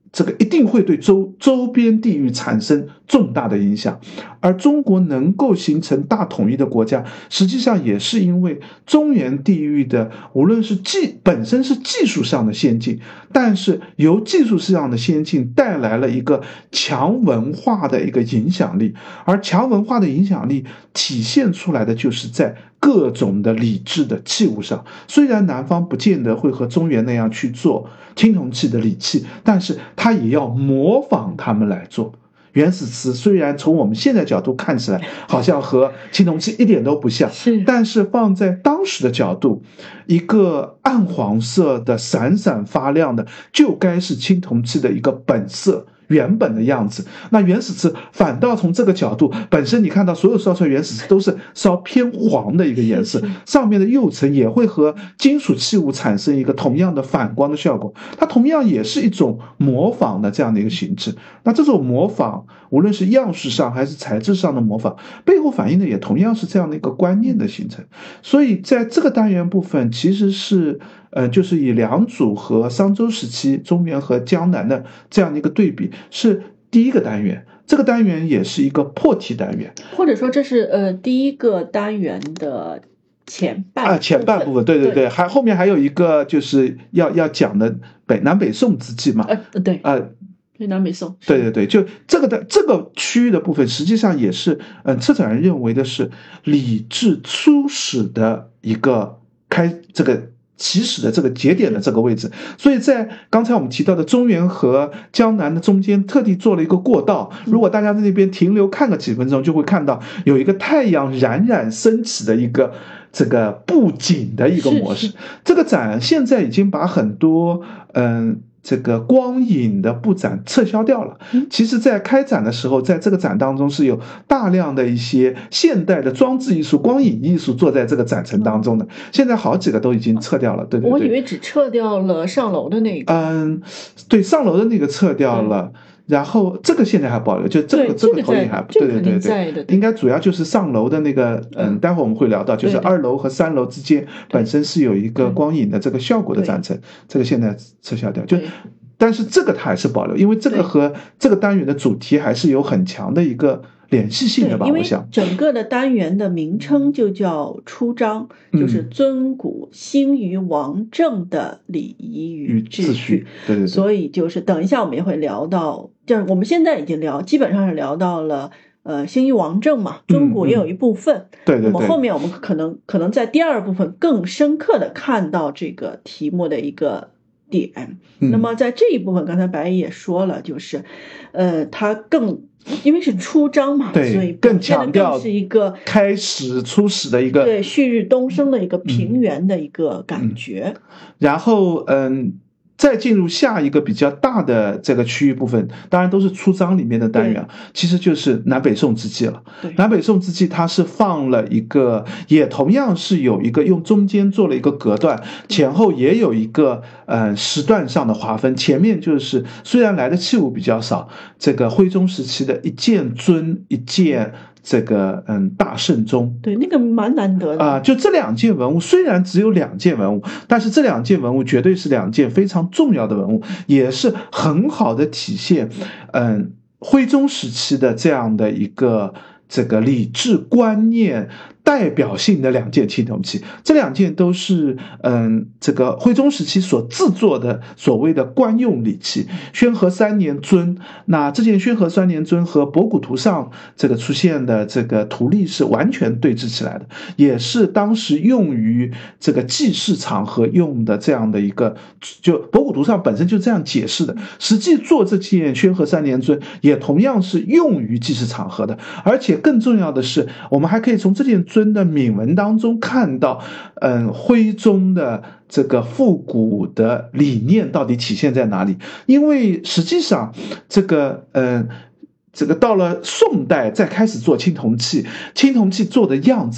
Speaker 2: 这个一定会对周边地域产生重大的影响，而中国能够形成大统一的国家，实际上也是因为中原地域的无论是本身是技术上的先进，但是由技术上的先进带来了一个强文化的一个影响力，而强文化的影响力体现出来的就是在各种的礼制的器物上。虽然南方不见得会和中原那样去做青铜器的礼器，但是它也要模仿他们来做。原始瓷虽然从我们现在角度看起来好像和青铜器一点都不像，但是放在当时的角度，一个暗黄色的闪闪发亮的就该是青铜器的一个本色原本的样子。那原始瓷反倒从这个角度，本身你看到所有烧出来原始瓷都是稍偏黄的一个颜色，上面的釉层也会和金属器物产生一个同样的反光的效果，它同样也是一种模仿的这样的一个形制。那这种模仿无论是样式上还是材质上的模仿，背后反映的也同样是这样的一个观念的形成。所以在这个单元部分其实是就是以良渚和商周时期中原和江南的这样的一个对比，是第一个单元。这个单元也是一个破题单元，
Speaker 1: 或者说这是第一个单元的前半部分。
Speaker 2: 对，还后面还有一个就是要讲的南北宋之际嘛。
Speaker 1: 对南北宋。
Speaker 2: 对，就这个区域的部分，实际上也是策展人认为的是礼制初始的一个这个起始的这个节点的这个位置。所以在刚才我们提到的中原和江南的中间特地做了一个过道，如果大家在那边停留看个几分钟，就会看到有一个太阳冉冉升起的一个这个布景的一个模式。这个展现在已经把很多这个光影的布展撤销掉了。其实在开展的时候，在这个展当中是有大量的一些现代的装置艺术、光影艺术做在这个展陈当中的，现在好几个都已经撤掉了。对，
Speaker 1: 我以为只撤掉了上楼的那个。
Speaker 2: 对，上楼的那个撤掉了。然后这个现在还保留，就这个投影还对，应该主要就是上楼的那个待会我们会聊到，就是2楼和3楼之间本身是有一个光影的这个效果的展陈，这个现在撤销掉。但是这个它还是保留，因为这个和这个单元的主题还是有很强的一个联系性的吧，我想。
Speaker 1: 整个的单元的名称就叫初章，就是尊古兴于王政的礼仪与秩序。
Speaker 2: 对，
Speaker 1: 所以就是等一下我们也会聊到，就是我们现在已经基本上是聊到了兴于王政嘛，尊古也有一部分。
Speaker 2: 对，
Speaker 1: 那么后面我们可能在第二部分更深刻的看到这个题目的一个点。那么在这一部分，刚才白毅也说了，就是它更因为是初章嘛，所以
Speaker 2: 更强调
Speaker 1: 是一个
Speaker 2: 开始初始的一个
Speaker 1: 对旭日东升的一个平原的一个感觉。
Speaker 2: 然后再进入下一个比较大的这个区域部分，当然都是初章里面的单元，其实就是南北宋之际了。南北宋之际它是放了一个，也同样是有一个用中间做了一个隔断，前后也有一个时段上的划分。前面就是虽然来的器物比较少，这个徽宗时期的一件尊一件这个大圣钟，
Speaker 1: 对，那个蛮难得的
Speaker 2: 就这2件文物虽然只有2件文物，但是这2件文物绝对是2件非常重要的文物，也是很好的体现徽宗时期的这样的一个这个礼制观念代表性的2件青铜器。这2件都是这个徽宗时期所制作的所谓的官用礼器。宣和3年尊，那这件宣和3年尊和博古图上这个出现的这个图例是完全对峙起来的，也是当时用于这个祭祀场合用的这样的一个，就博古图上本身就这样解释的。实际做这件宣和3年尊也同样是用于祭祀场合的，而且更重要的是，我们还可以从这件尊的铭文当中看到徽宗的这个复古的理念到底体现在哪里。因为实际上这个到了宋代再开始做青铜器，青铜器做的样子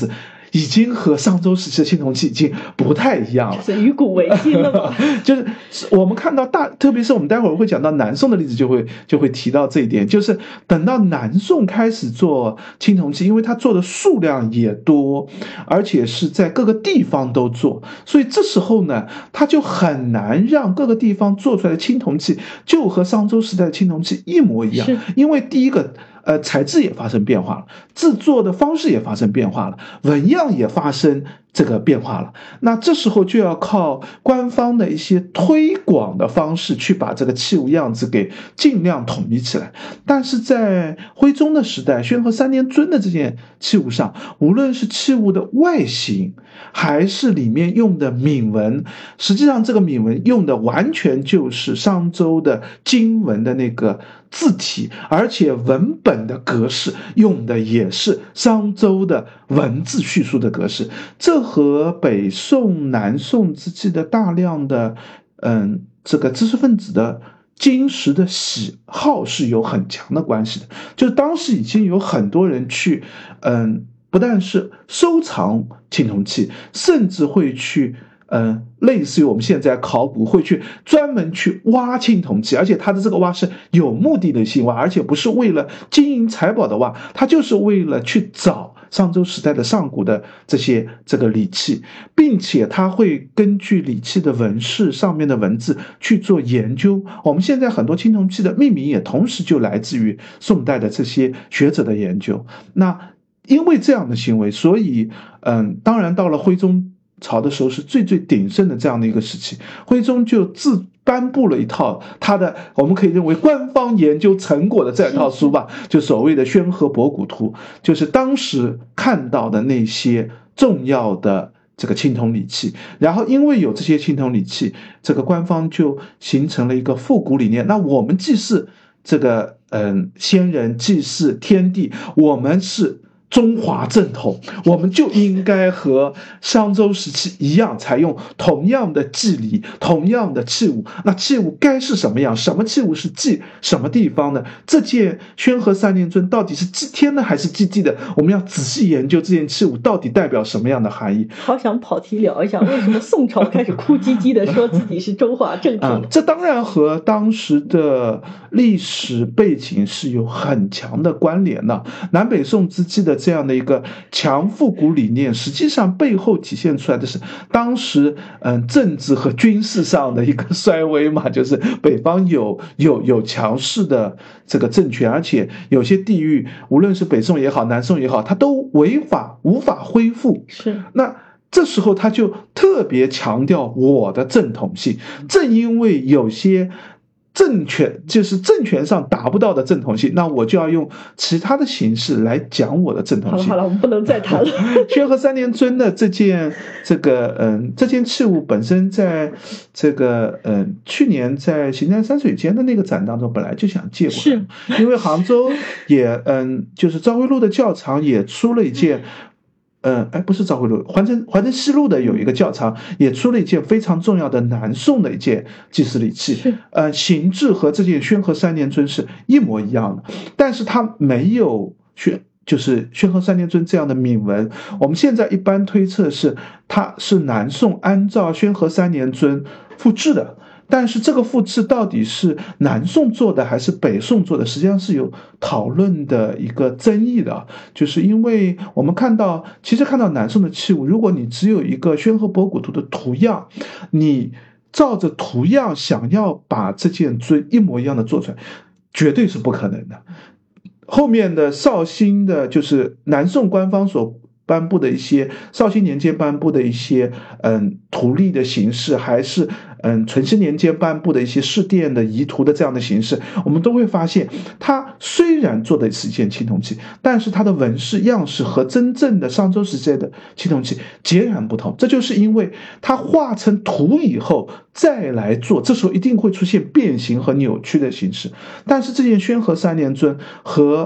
Speaker 2: 已经和商周时期的青铜器已经不太一样了，
Speaker 1: 是与古为今了嘛？
Speaker 2: 就是我们看到特别是我们待会儿会讲到南宋的例子，就会提到这一点，就是等到南宋开始做青铜器，因为它做的数量也多，而且是在各个地方都做，所以这时候呢，它就很难让各个地方做出来的青铜器就和商周时代的青铜器一模一样，因为第一个材质也发生变化了，制作的方式也发生变化了，纹样也发生这个变化了。那这时候就要靠官方的一些推广的方式去把这个器物样子给尽量统一起来。但是在徽宗的时代，宣和3年尊的这件器物上，无论是器物的外形还是里面用的铭文，实际上这个铭文用的完全就是商周的金文的那个字体，而且文本的格式用的也是商周的文字叙述的格式，这和北宋南宋之际的大量的这个知识分子的金石的喜好是有很强的关系的。就是当时已经有很多人去不但是收藏青铜器，甚至会去类似于我们现在考古会去专门去挖青铜器，而且它的这个挖是有目的的性挖，而且不是为了金银财宝的挖，它就是为了去找商周时代的上古的这个礼器，并且它会根据礼器的纹饰上面的文字去做研究。我们现在很多青铜器的命名也同时就来自于宋代的这些学者的研究。那因为这样的行为，所以当然到了徽宗朝的时候是最鼎盛的这样的一个时期，徽宗就颁布了一套他的我们可以认为官方研究成果的这套书吧，就所谓的《宣和博古图》，就是当时看到的那些重要的这个青铜礼器。然后因为有这些青铜礼器，这个官方就形成了一个复古理念，那我们既是这个先人，既是天地，我们是中华正统，我们就应该和商周时期一样，采用同样的祭礼，同样的器物。那器物该是什么样？什么器物是祭什么地方呢？这件宣和3年尊到底是祭天的还是祭地的？我们要仔细研究这件器物到底代表什么样的含义。
Speaker 1: 好想跑题聊一下，为什么宋朝开始哭唧唧的说自己是中华正统？
Speaker 2: 这当然和当时的历史背景是有很强的关联的。南北宋之际的这样的一个强复古理念，实际上背后体现出来的是当时政治和军事上的一个衰微嘛，就是北方有强势的这个政权，而且有些地域无论是北宋也好南宋也好，它都无法恢复。
Speaker 1: 是，
Speaker 2: 那这时候他就特别强调我的正统性，正因为有些政权上达不到的正统性，那我就要用其他的形式来讲我的正统性。
Speaker 1: 好了，我们不能再谈了。
Speaker 2: 宣和3年尊的这件器物本身，在这个去年在邢台山水间的那个展当中，本来就想借过来，
Speaker 1: 是
Speaker 2: 因为杭州也就是昭徽路的教场也出了一件。不是昭徽路，环城西路的有一个教场也出了一件非常重要的南宋的一件祭祀礼器，形制和这件宣和3年尊是一模一样的，但是它没有就是宣和3年尊这样的铭文。我们现在一般推测是它是南宋按照宣和3年尊复制的，但是这个复制到底是南宋做的还是北宋做的，实际上是有讨论的一个争议的。就是因为我们其实看到南宋的器物，如果你只有一个宣和博古图的图样，你照着图样想要把这件尊一模一样的做出来，绝对是不可能的。后面的绍兴的就是南宋官方所颁布的一些绍兴年间颁布的一些图例的形式，还是淳熙年间颁布的一些市殿的仪图的这样的形式，我们都会发现它虽然做的是一件青铜器，但是它的纹饰样式和真正的商周时期的青铜器截然不同。这就是因为它画成图以后再来做，这时候一定会出现变形和扭曲的形式。但是这件宣和3年尊和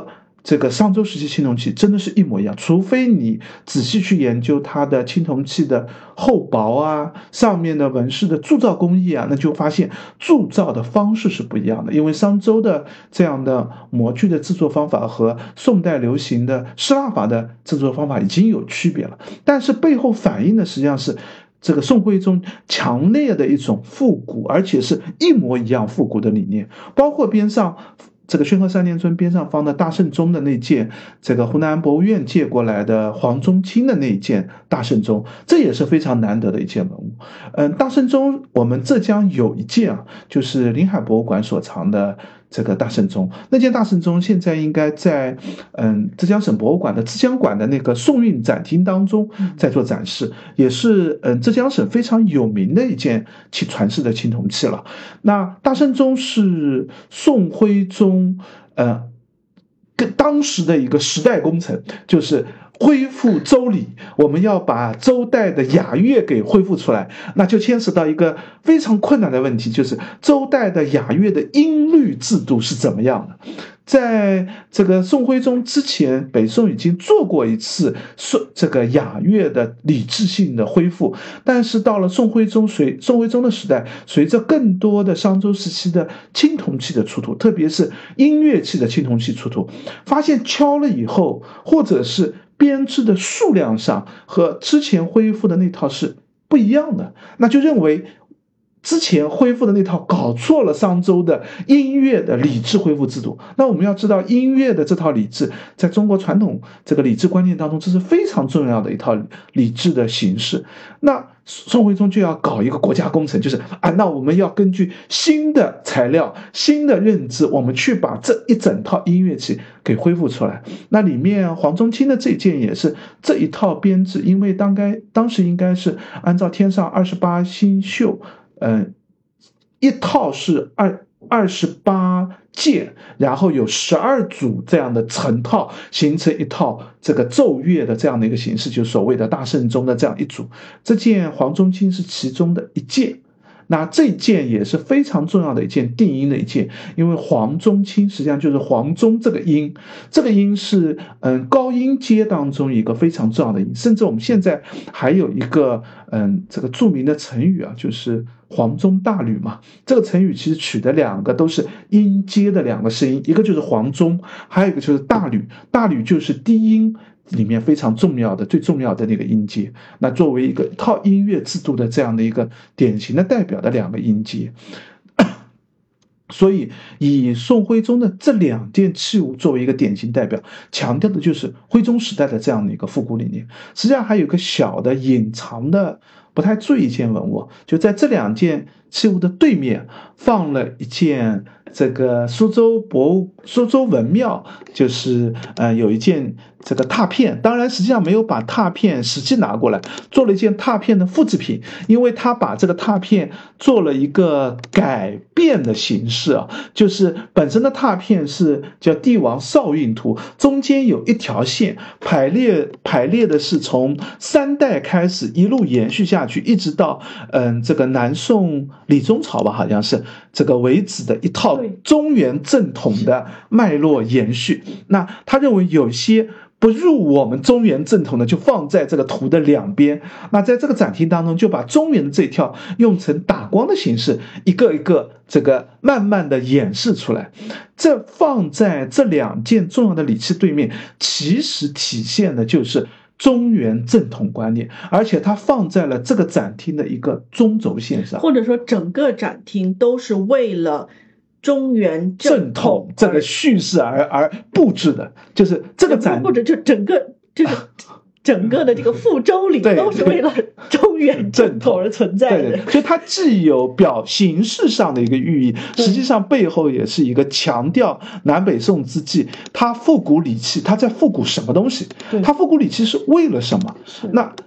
Speaker 2: 这个商周时期青铜器真的是一模一样，除非你仔细去研究它的青铜器的厚薄啊，上面的纹饰的铸造工艺啊，那就发现铸造的方式是不一样的。因为商周的这样的模具的制作方法和宋代流行的失蜡法的制作方法已经有区别了，但是背后反映的实际上是这个宋徽宗强烈的一种复古，而且是一模一样复古的理念，包括边上这个宣和3年村边上放的大圣钟的那件，这个湖南博物院借过来的黄宗钦的那一件大圣钟，这也是非常难得的一件文物。大圣钟我们浙江有一件啊，就是临海博物馆所藏的这个大圣钟，那件大圣钟现在应该在浙江省博物馆的浙江馆的那个宋韵展厅当中在做展示，也是浙江省非常有名的一件传世的青铜器了。那大圣钟是宋徽宗跟当时的一个时代工程，就是恢复周礼，我们要把周代的雅乐给恢复出来，那就牵涉到一个非常困难的问题，就是周代的雅乐的音律制度是怎么样的。在这个宋徽宗之前，北宋已经做过一次这个雅乐的理智性的恢复，但是到了宋徽宗的时代，随着更多的商周时期的青铜器的出土，特别是音乐器的青铜器出土，发现敲了以后，或者是编制的数量上和之前恢复的那套是不一样的，那就认为之前恢复的那套搞错了商周的音乐的礼制恢复制度。那我们要知道，音乐的这套礼制在中国传统这个礼制观念当中，这是非常重要的一套礼制的形式。那宋徽宗就要搞一个国家工程，就是那我们要根据新的材料、新的认知，我们去把这一整套音乐器给恢复出来。那里面黄宗钦的这件也是这一套编制，因为当时应该是按照天上28星宿，一套是28件，然后有12组这样的成套，形成一套这个奏乐的这样的一个形式，就是所谓的大圣钟的这样一组。这件黄宗钦是其中的一件，那这件也是非常重要的一件定音的一件，因为黄宗钦实际上就是黄宗这个音，这个音是高音阶当中一个非常重要的音，甚至我们现在还有一个这个著名的成语啊，就是黄钟大吕嘛。这个成语其实取的两个都是音阶的两个声音，一个就是黄钟，还有一个就是大吕。大吕就是低音里面非常重要的最重要的那个音阶，那作为一个套音乐制度的这样的一个典型的代表的两个音阶。所以以宋徽宗的这2件器物作为一个典型代表，强调的就是徽宗时代的这样的一个复古理念。实际上还有一个小的隐藏的不太注意一件文物，就在这2件器物的对面放了一件这个苏州文庙，就是有一件这个拓片，当然实际上没有把拓片实际拿过来，做了一件拓片的复制品，因为他把这个拓片做了一个改变的形式啊，就是本身的拓片是叫帝王少运图，中间有一条线排列的是从3代开始一路延续下去，一直到这个南宋李宗朝吧，好像是这个为止的一套中原正统的脉络延续。那他认为有些不入我们中原正统的就放在这个图的两边，那在这个展厅当中就把中原的这一条用成打光的形式一个一个这个慢慢的演示出来。这放在这2件重要的礼器对面，其实体现的就是中原正统观念，而且它放在了这个展厅的一个中轴线上，
Speaker 1: 或者说整个展厅都是为了中原正统
Speaker 2: 这个叙事而布置的，就是这个展
Speaker 1: 布置就整个就是整个的这个覆周礼都是为了中原正统而存在的。
Speaker 2: 对，所以它既有形式上的一个寓意，实际上背后也是一个强调南北宋之际它复古礼器，它在复古什么东西，它复古礼器是为了什么。那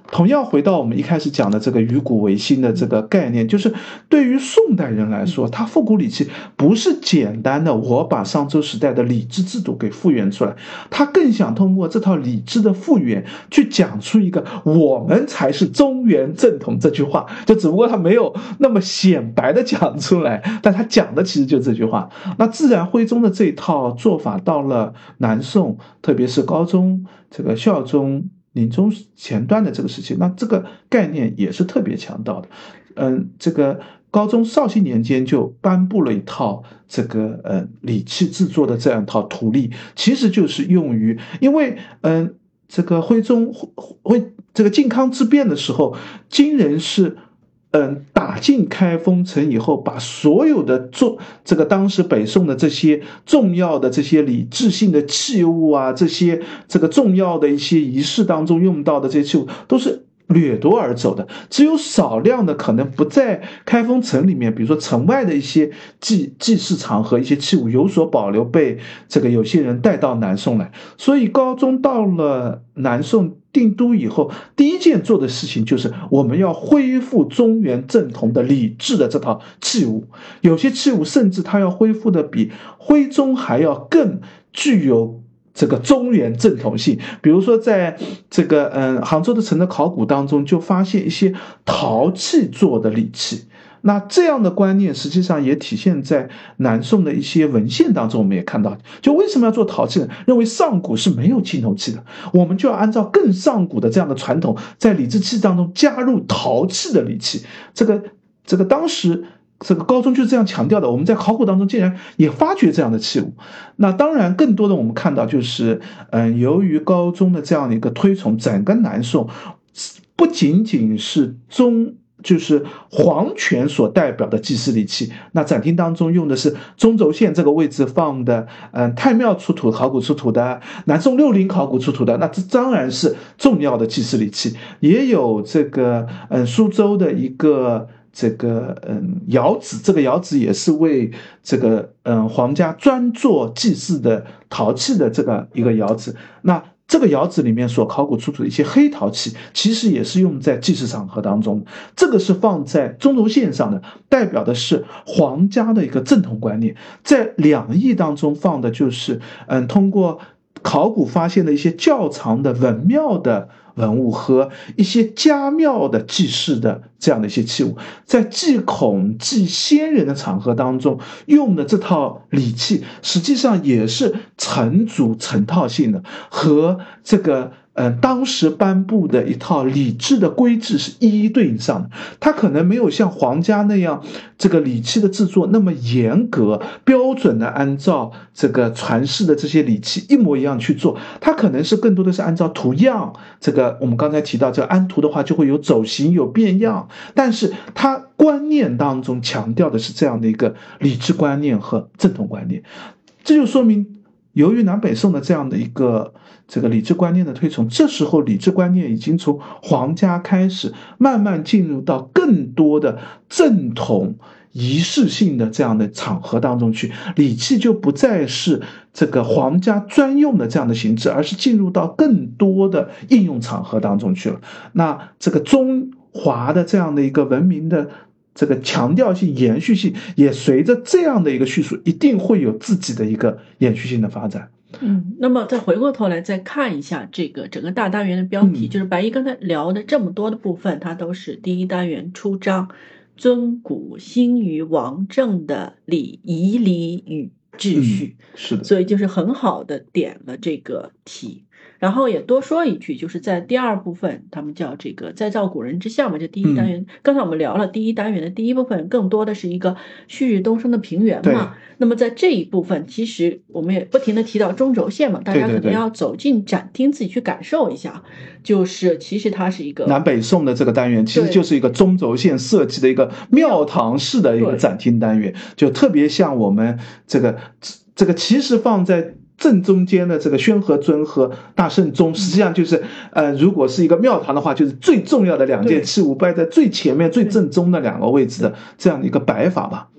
Speaker 2: 同样回到我们一开始讲的这个以古为新的这个概念，就是对于宋代人来说，他复古礼器不是简单的我把商周时代的礼制制度给复原出来，他更想通过这套礼制的复原去讲出一个我们才是中原正统这句话，就只不过他没有那么显白的讲出来，但他讲的其实就这句话。那自然徽宗的这套做法到了南宋，特别是高宗这个孝宗临终前段的这个时期，那这个概念也是特别强调的。这个高宗绍兴年间就颁布了一套这个礼器制作的这样一套图例，其实就是用于，因为这个徽宗这个靖康之变的时候，金人是打进开封城以后，把所有的这个当时北宋的这些重要的这些礼制性的器物啊，这些这个重要的一些仪式当中用到的这些器物都是掠夺而走的，只有少量的可能不在开封城里面，比如说城外的一些祭祀场和一些器物有所保留，被这个有些人带到南宋来。所以高宗到了南宋定都以后，第一件做的事情就是我们要恢复中原正统的礼制的这套器物，有些器物甚至他要恢复的比徽宗还要更具有这个中原正统性。比如说在这个杭州的城的考古当中，就发现一些陶器做的礼器。那这样的观念实际上也体现在南宋的一些文献当中，我们也看到，就为什么要做陶器呢？认为上古是没有青铜器的，我们就要按照更上古的这样的传统，在礼制器当中加入陶器的礼器。这个当时这个高宗就是这样强调的，我们在考古当中竟然也发掘这样的器物。那当然更多的我们看到就是由于高宗的这样的一个推崇，整个南宋不仅仅是就是皇权所代表的祭祀礼器，那展厅当中用的是中轴线这个位置放的太庙出土考古出土的，南宋六陵考古出土的，那这当然是重要的祭祀礼器。也有这个苏州的一个这个窑子，这个窑子也是为这个皇家专做祭祀的陶器的这个一个窑子。那这个窑子里面所考古出土的一些黑陶器，其实也是用在祭祀场合当中，这个是放在中轴线上的，代表的是皇家的一个正统观念。在两翼当中放的就是通过考古发现的一些较长的文庙的文物和一些家庙的祭祀的这样的一些器物，在祭孔祭先人的场合当中用的这套礼器，实际上也是成组成套性的，和这个当时颁布的一套礼制的规制是一一对应上的。它可能没有像皇家那样这个礼器的制作那么严格标准的按照这个传世的这些礼器一模一样去做，它可能是更多的是按照图样，这个我们刚才提到这个安图的话就会有走形有变样，但是它观念当中强调的是这样的一个礼制观念和正统观念。这就说明由于南北宋的这样的一个这个礼制观念的推崇，这时候礼制观念已经从皇家开始慢慢进入到更多的正统仪式性的这样的场合当中去，礼器就不再是这个皇家专用的这样的形制，而是进入到更多的应用场合当中去了。那这个中华的这样的一个文明的这个强调性延续性也随着这样的一个叙述一定会有自己的一个延续性的发展。
Speaker 1: 那么再回过头来再看一下这个整个大单元的标题，就是白衣刚才聊的这么多的部分，它都是第一单元出章尊古兴于王政的仪礼与秩序，
Speaker 2: 是的，
Speaker 1: 所以就是很好的点了这个题。然后也多说一句，就是在第二部分，他们叫这个再造古人之相嘛，就第一单元。刚才我们聊了第一单元的第一部分，更多的是一个旭日东升的平原嘛。那么在这一部分，其实我们也不停的提到中轴线嘛，大家可能要走进展厅自己去感受一下。就是其实它是一个
Speaker 2: 南北宋的这个单元，其实就是一个中轴线设计的一个庙堂式的一个展厅单元，就特别像我们这个其实放在正中间的这个宣和尊和大圣宗，实际上就是如果是一个庙堂的话，就是最重要的两件器物摆在最前面最正宗的两个位置的这样的一个摆法吧。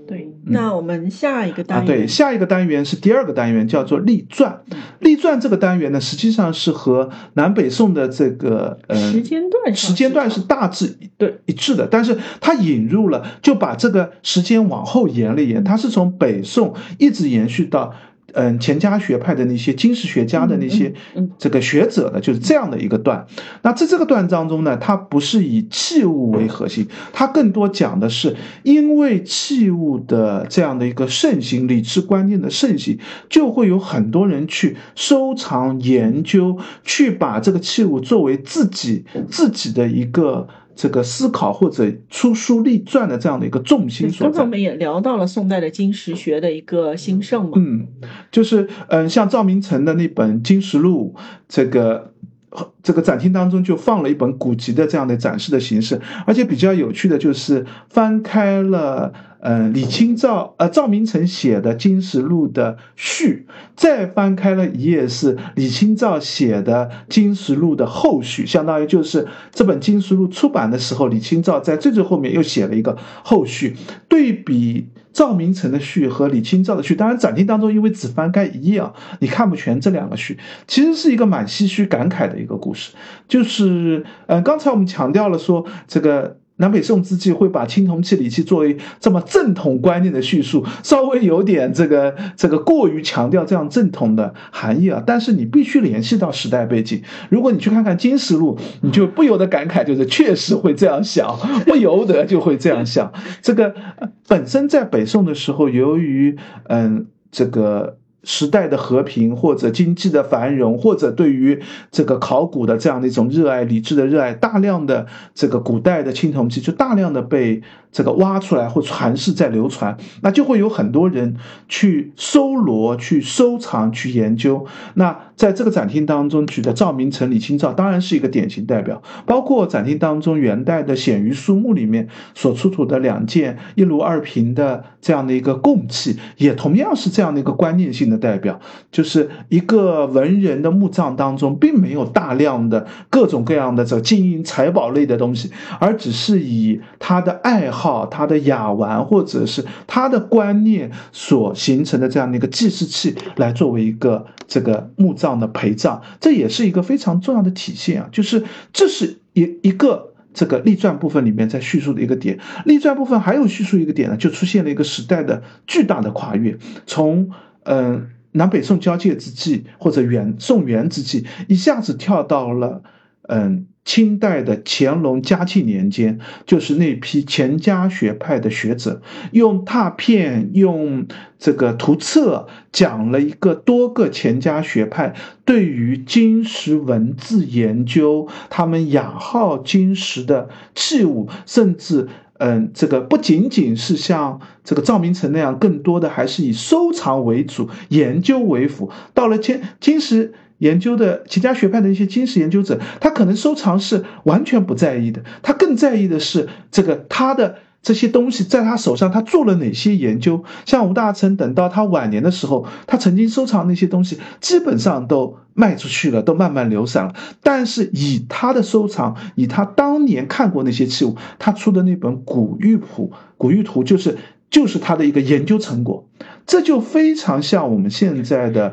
Speaker 1: 对，那我们下一个单元，
Speaker 2: 对，下一个单元是第2个单元，叫做立传。立传这个单元呢，实际上是和南北宋的这个时间段是大致一致的，但是它引入了，就把这个时间往后延了延，它是从北宋一直延续到钱家学派的那些经史学家的那些这个学者的，就是这样的一个段。那在这个段当中呢，它不是以器物为核心，它更多讲的是因为器物的这样的一个盛行，理智观念的盛行，就会有很多人去收藏研究，去把这个器物作为自己的一个这个思考或者出书立传的这样的一个重心所在。
Speaker 1: 刚才我们也聊到了宋代的经史学的一个兴盛嘛，
Speaker 2: 就是像赵明诚的那本《经史录》，这个展厅当中就放了一本古籍的这样的展示的形式，而且比较有趣的就是翻开了赵明诚写的《经史录》的序，再翻开了一页是李清照写的《经史录》的后序，相当于就是这本《经史录》出版的时候，李清照在最后面又写了一个后序，对比赵明诚的序和李清照的序，当然展厅当中因为只翻开一页你看不全这2个序，其实是一个蛮唏嘘感慨的一个故事。就是刚才我们强调了说这个南北宋之际会把青铜器礼器作为这么正统观念的叙述，稍微有点这个过于强调这样正统的含义但是你必须联系到时代背景。如果你去看看《经史录》，你就不由得感慨，就是确实会这样想，不由得就会这样想。这个本身在北宋的时候，由于这个时代的和平，或者经济的繁荣，或者对于这个考古的这样的一种热爱，理智的热爱，大量的这个古代的青铜器就大量的被这个挖出来或传世在流传，那就会有很多人去搜罗、去收藏、去研究。那在这个展厅当中举的赵明诚、李清照当然是一个典型代表，包括展厅当中元代的显余书目里面所出土的2件一炉二瓶的这样的一个供器，也同样是这样的一个观念性的代表，就是一个文人的墓葬当中并没有大量的各种各样的这金银财宝类的东西，而只是以他的爱好、他的雅玩或者是他的观念所形成的这样的一个祭祀器来作为一个这个墓葬的陪葬，这也是一个非常重要的体现就是这是一个这个立传部分里面在叙述的一个点。立传部分还有叙述一个点呢，就出现了一个时代的巨大的跨越，从南北宋交界之际或者宋元之际，一下子跳到了清代的乾隆嘉庆年间，就是那批钱家学派的学者用拓片、用这个图册讲了一个多个钱家学派对于金石文字研究，他们雅好金石的器物，甚至这个不仅仅是像这个赵明诚那样，更多的还是以收藏为主，研究为辅。到了金石研究的钱家学派的一些金石研究者，他可能收藏是完全不在意的，他更在意的是这个他的这些东西在他手上他做了哪些研究。像吴大成等到他晚年的时候，他曾经收藏那些东西基本上都卖出去了，都慢慢流散了，但是以他的收藏，以他当年看过那些器物，他出的那本古玉图就是他的一个研究成果。这就非常像我们现在的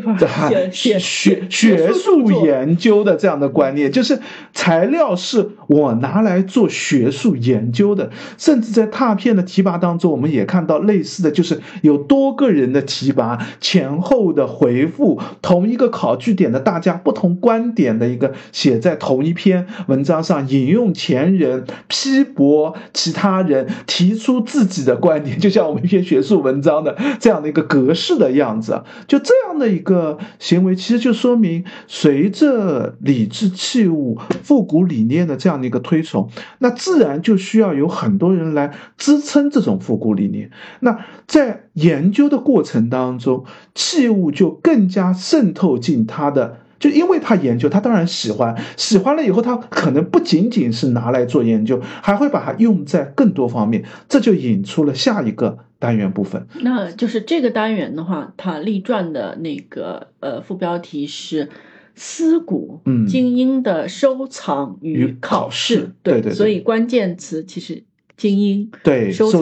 Speaker 2: 学术研究的这样的观念，就是材料是我拿来做学术研究的。甚至在拓片的提拔当中，我们也看到类似的，就是有多个人的提拔，前后的回复，同一个考据点的大家不同观点的一个写在同一篇文章上，引用前人批驳其他人，提出自己的观点，就像我们一篇学术文章的这样的一个格式的样子就这样的一个行为，其实就说明随着礼制器物复古理念的这样的一个推崇，那自然就需要有很多人来支撑这种复古理念。那在研究的过程当中，器物就更加渗透进他的，就因为他研究，他当然喜欢了以后，他可能不仅仅是拿来做研究，还会把它用在更多方面，这就引出了下一个单元部分。
Speaker 1: 那就是这个单元的话，它立传的那个副标题是思古精英的收藏与考试，
Speaker 2: 对，
Speaker 1: 所以关键词其实精英
Speaker 2: 对收藏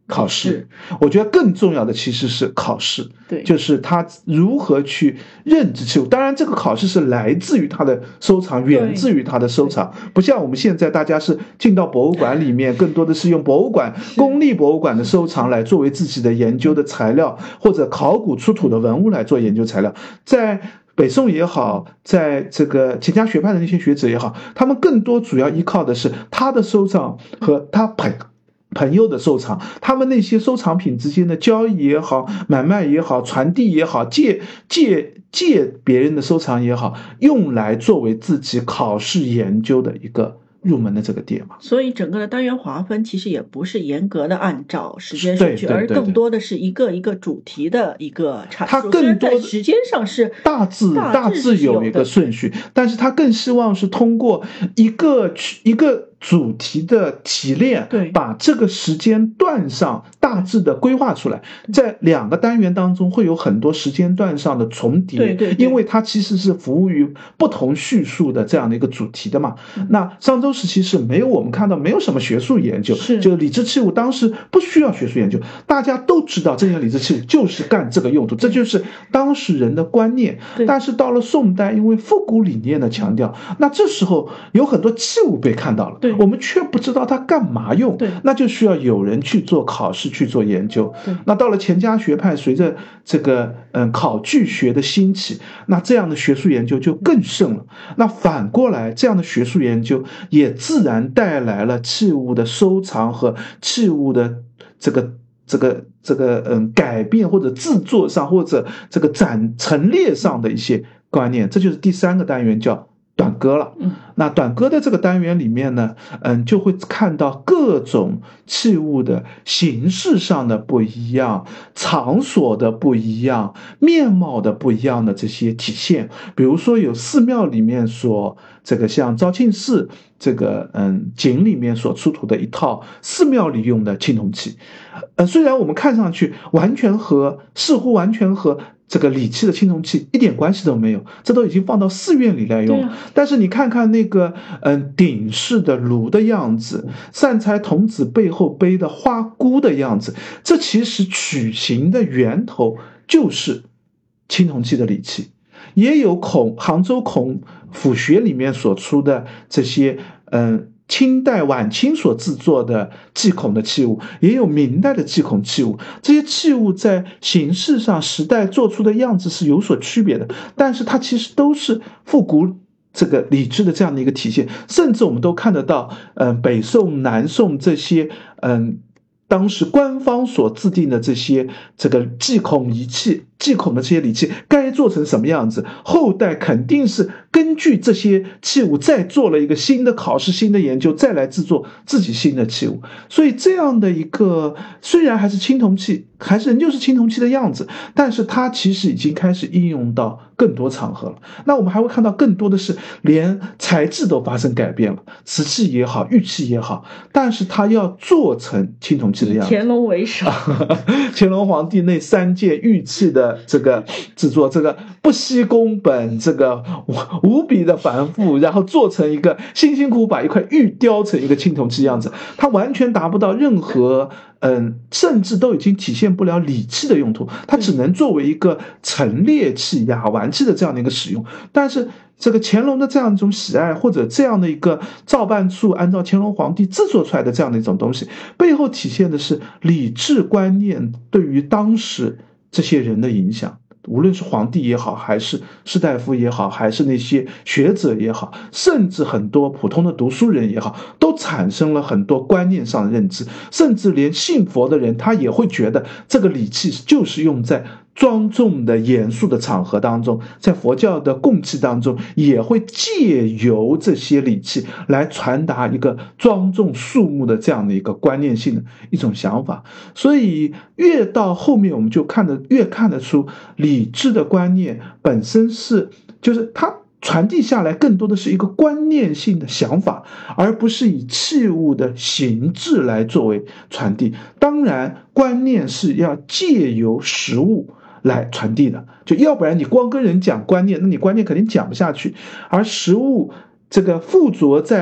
Speaker 2: 考试，我觉得更重要的其实是考试，
Speaker 1: 对，
Speaker 2: 就是他如何去认知器物。当然，这个考试是来自于他的收藏，源自于他的收藏，不像我们现在大家是进到博物馆里面，更多的是用博物馆、公立博物馆的收藏来作为自己的研究的材料，或者考古出土的文物来做研究材料。在北宋也好，在这个钱家学派的那些学者也好，他们更多主要依靠的是他的收藏和他朋友的收藏，他们那些收藏品之间的交易也好，买卖也好，传递也好，借别人的收藏也好，用来作为自己考试研究的一个入门的这个点嘛。
Speaker 1: 所以整个的单元划分其实也不是严格的按照时间顺序，而更多的是一个一个主题的一个阐述。
Speaker 2: 它更多
Speaker 1: 时间上是
Speaker 2: 大致有一个顺序，但是它更希望是通过一个主题的提炼，
Speaker 1: 对，
Speaker 2: 把这个时间段上大致的规划出来。在2个单元当中会有很多时间段上的重叠，
Speaker 1: 对，
Speaker 2: 因为它其实是服务于不同叙述的这样的一个主题的嘛。那商周时期是没有，我们看到没有什么学术研究，就礼制器物当时不需要学术研究，大家都知道这件礼制器物就是干这个用途，这就是当时人的观念。但是到了宋代，因为复古理念的强调，那这时候有很多器物被看到了，我们却不知道它干嘛用，那就需要有人去做考试，去做研究。那到了钱家学派，随着这个考据学的兴起，那这样的学术研究就更盛了。那反过来，这样的学术研究也自然带来了器物的收藏和器物的这个改变，或者制作上，或者这个陈列上的一些观念。这就是第3个单元，叫短歌了。那短歌的这个单元里面呢，就会看到各种器物的形式上的不一样，场所的不一样，面貌的不一样的这些体现。比如说有寺庙里面所这个像昭庆寺这个井里面所出土的一套寺庙里用的青铜器，虽然我们看上去似乎完全和这个礼器的青铜器一点关系都没有，这都已经放到寺院里来用。但是你看看那个鼎式的炉的样子，善财童子背后背的花箍的样子，这其实取形的源头就是青铜器的礼器。也有杭州孔府学里面所出的这些清代晚清所制作的祭孔的器物，也有明代的祭孔器物。这些器物在形式上时代做出的样子是有所区别的，但是它其实都是复古这个礼制的这样的一个体现。甚至我们都看得到北宋南宋这些当时官方所制定的这些这个祭孔的这些礼器该做成什么样子，后代肯定是根据这些器物再做了一个新的考试、新的研究，再来制作自己新的器物。所以这样的一个虽然还是青铜器，还是仍旧是青铜器的样子，但是它其实已经开始应用到更多场合了。那我们还会看到更多的是连材质都发生改变了，瓷器也好，玉器也好，但是它要做成青铜器的样子。
Speaker 1: 乾隆为首
Speaker 2: 乾隆皇帝那3件玉器的这个制作，这个不惜工本，这个无比的繁复，然后做成一个辛辛苦苦把一块玉雕成一个青铜器样子，它完全达不到任何甚至都已经体现不了礼器的用途，它只能作为一个陈列器、雅玩器的这样的一个使用。但是这个乾隆的这样一种喜爱，或者这样的一个造办处按照乾隆皇帝制作出来的这样的一种东西，背后体现的是礼制观念对于当时这些人的影响。无论是皇帝也好，还是士大夫也好，还是那些学者也好，甚至很多普通的读书人也好，都产生了很多观念上的认知。甚至连信佛的人，他也会觉得这个礼器就是用在庄重的严肃的场合当中，在佛教的供器当中，也会借由这些礼器来传达一个庄重肃穆的这样的一个观念性的一种想法。所以越到后面我们就越看得出礼制的观念本身就是它传递下来更多的是一个观念性的想法，而不是以器物的形制来作为传递。当然观念是要借由实物来传递的，就要不然你光跟人讲观念，那你观念肯定讲不下去。而实物这个附着在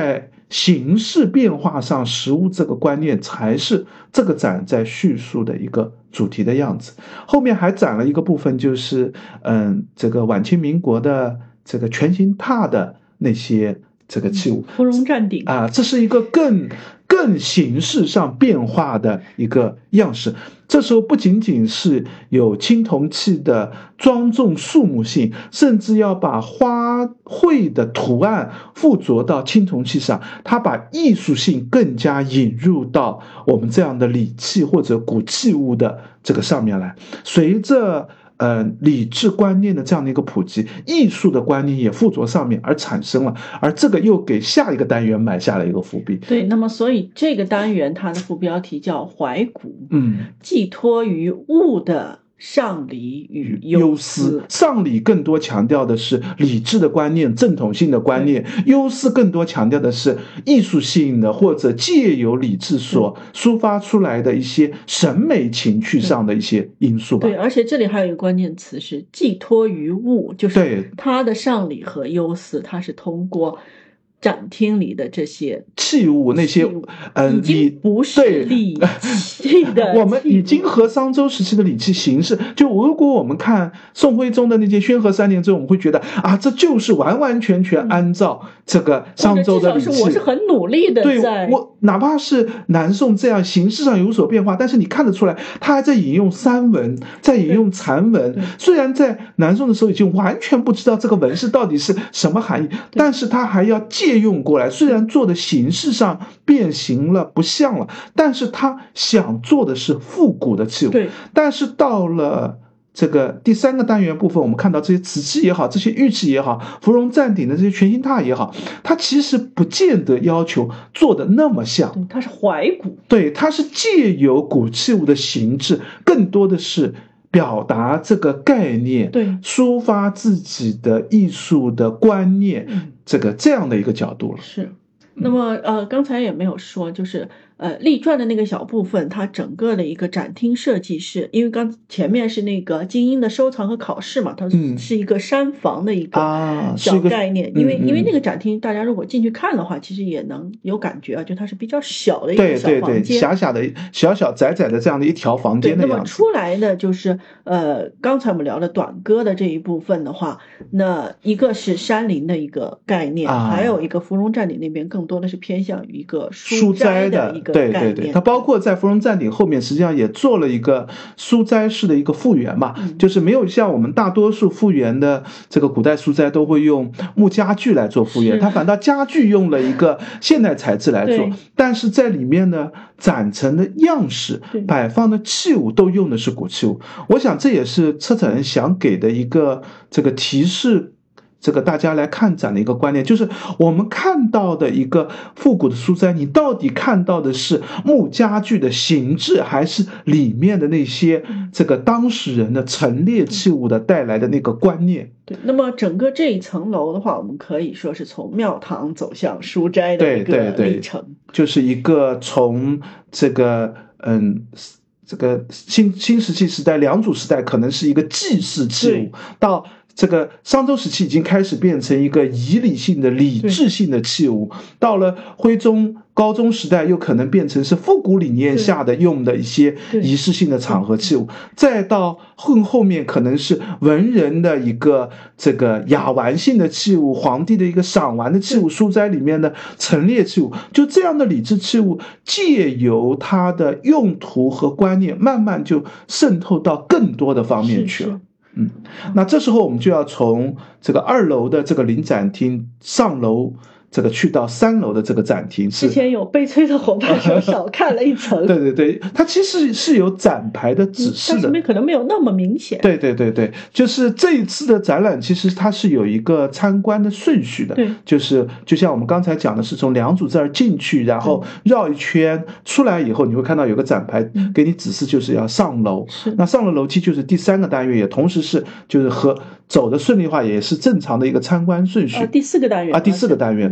Speaker 2: 形式变化上实物这个观念才是这个展在叙述的一个主题的样子。后面还展了一个部分，就是这个晚清民国的这个全形拓的那些这个器物，
Speaker 1: 芙蓉站顶
Speaker 2: 啊，这是一个更形式上变化的一个样式。这时候不仅仅是有青铜器的庄重肃穆性，甚至要把花卉的图案附着到青铜器上，它把艺术性更加引入到我们这样的礼器或者古器物的这个上面来。随着理智观念的这样的一个普及，艺术的观念也附着上面而产生了，而这个又给下一个单元埋下了一个伏笔。
Speaker 1: 对，那么所以这个单元它的副标题叫怀古，寄托于物的上礼与忧思。
Speaker 2: 上礼更多强调的是理智的观念、正统性的观念，忧思更多强调的是艺术性的或者借由理智所抒发出来的一些审美情趣上的一些因素吧。
Speaker 1: 对，而且这里还有一个关键词是寄托于物，就是它的上礼和忧思，它是通过展厅里的这些
Speaker 2: 器物，那些
Speaker 1: 已经不是礼器的
Speaker 2: 我们已经和商周时期的礼器形式，就如果我们看宋徽宗的那些宣和3年之后，我们会觉得啊，这就是完完全全按照这个商周的礼器，
Speaker 1: 我是很努力的在，
Speaker 2: 对，我哪怕是南宋这样形式上有所变化，但是你看得出来他还在引用三文，在引用残文。虽然在南宋的时候已经完全不知道这个文式到底是什么含义，但是他还要借用过来，虽然做的形式上变形了不像了，但是他想做的是复古的器物。
Speaker 1: 对，
Speaker 2: 但是到了这个第3个单元部分，我们看到这些瓷器也好，这些玉器也好，芙蓉站顶的这些全形拓也好，它其实不见得要求做的那么像，
Speaker 1: 它是怀古，
Speaker 2: 对，它是借由古器物的形制，更多的是表达这个概念，
Speaker 1: 对，
Speaker 2: 抒发自己的艺术的观念，这样的一个角度了。
Speaker 1: 是。那么刚才也没有说，就是立传的那个小部分，它整个的一个展厅设计是，因为前面是那个精英的收藏和考试嘛，它是一个山房的一个小概念，因为那个展厅大家如果进去看的话，其实也能有感觉啊，就它是比较小的一个小房间，
Speaker 2: 对，狭狭的小窄窄的这样的一条房间的样子。
Speaker 1: 那么出来的就是刚才我们聊的短歌的这一部分的话，那一个是山林的一个概念，还有一个芙蓉站顶那边更多的是偏向于一个书斋的一个概念。
Speaker 2: 对，它包括在芙蓉站顶后面实际上也做了一个书斋式的一个复原嘛，就是没有像我们大多数复原的这个古代书斋都会用木家具来做复原，它反倒家具用了一个现代材质来做，但是在里面呢展陈的样式、摆放的器物都用的是古器物。我想这也是策展人想给的一个这个提示，这个大家来看展的一个观念，就是我们看到的一个复古的书斋，你到底看到的是木家具的形制，还是里面的那些这个当事人的陈列器物的带来的那个观念？
Speaker 1: 对，那么整个这一层楼的话，我们可以说是从庙堂走向书斋的一个历程，
Speaker 2: 就是一个从这个这个新石器时代、良渚时代可能是一个祭祀器物，到这个商周时期已经开始变成一个仪礼性的、理智性的器物，到了徽宗、高宗时代又可能变成是复古理念下的用的一些仪式性的场合器物，再到后面可能是文人的一个这个雅玩性的器物，皇帝的一个赏玩的器物，书斋里面的陈列器物，就这样的礼制器物借由它的用途和观念慢慢就渗透到更多的方面去了。那这时候我们就要从这个2楼的这个临展厅上楼，这个去到3楼的这个展厅。
Speaker 1: 之前有悲催的伙伴说少看了一层。
Speaker 2: 对，它其实是有展牌的指示的，
Speaker 1: 但是可能没有那么明显。
Speaker 2: 对，就是这一次的展览其实它是有一个参观的顺序的，
Speaker 1: 对，
Speaker 2: 就是就像我们刚才讲的是从良渚这儿进去，然后绕一圈出来以后，你会看到有个展牌给你指示，就是要上楼。那上了楼梯就是第3个单元，也同时是就是和走的顺利化，也是正常的一个参观顺序。
Speaker 1: 第4个单元
Speaker 2: 第4个单元，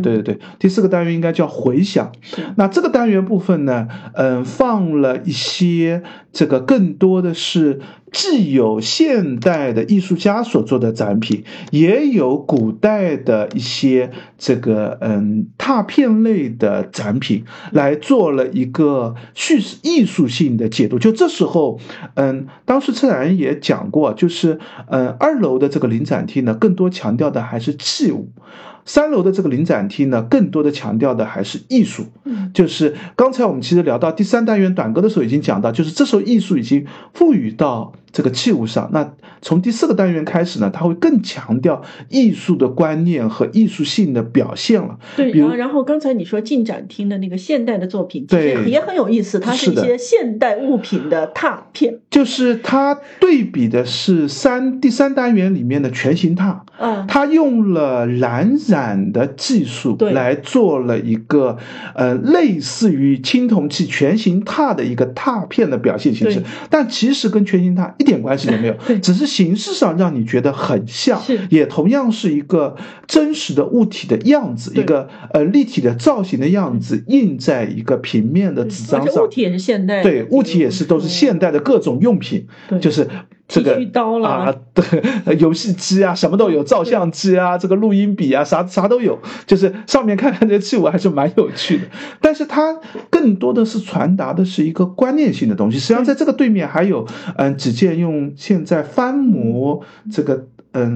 Speaker 2: 对对对，第4个单元应该叫回响。那这个单元部分呢，放了一些这个更多的是既有现代的艺术家所做的展品，也有古代的一些这个拓片类的展品，来做了一个艺术性的解读。就这时候当时策展人也讲过，就是2楼的这个临展厅呢，更多强调的还是器物，3楼的这个临展厅呢，更多的强调的还是艺术。就是刚才我们其实聊到第3单元短歌的时候已经讲到，就是这时候艺术已经赋予到这个器物上。那从第4个单元开始呢，它会更强调艺术的观念和艺术性的表现了。
Speaker 1: 对，然后刚才你说进展厅的那个现代的作品，其实也很有意思，它是一些现代物品的拓片，
Speaker 2: 就是它对比的是第3单元里面的全形拓，它用了蓝染的技术来做了一个类似于青铜器全形拓的一个拓片的表现形式，但其实跟全形拓一点关系都没有，只是形式上让你觉得很像，也同样是一个真实的物体的样子，一个立体的造型的样子印在一个平面的纸张上。
Speaker 1: 物体也是现代的，
Speaker 2: 对，物体也是都是现代的各种用品，就是这个
Speaker 1: 剃须刀啦
Speaker 2: 对，游戏机啊，什么都有，照相机啊，这个录音笔啊，啥都有。就是上面看看这器物还是蛮有趣的，但是它更多的是传达的是一个观念性的东西。实际上在这个对面还有只见用现在翻模这个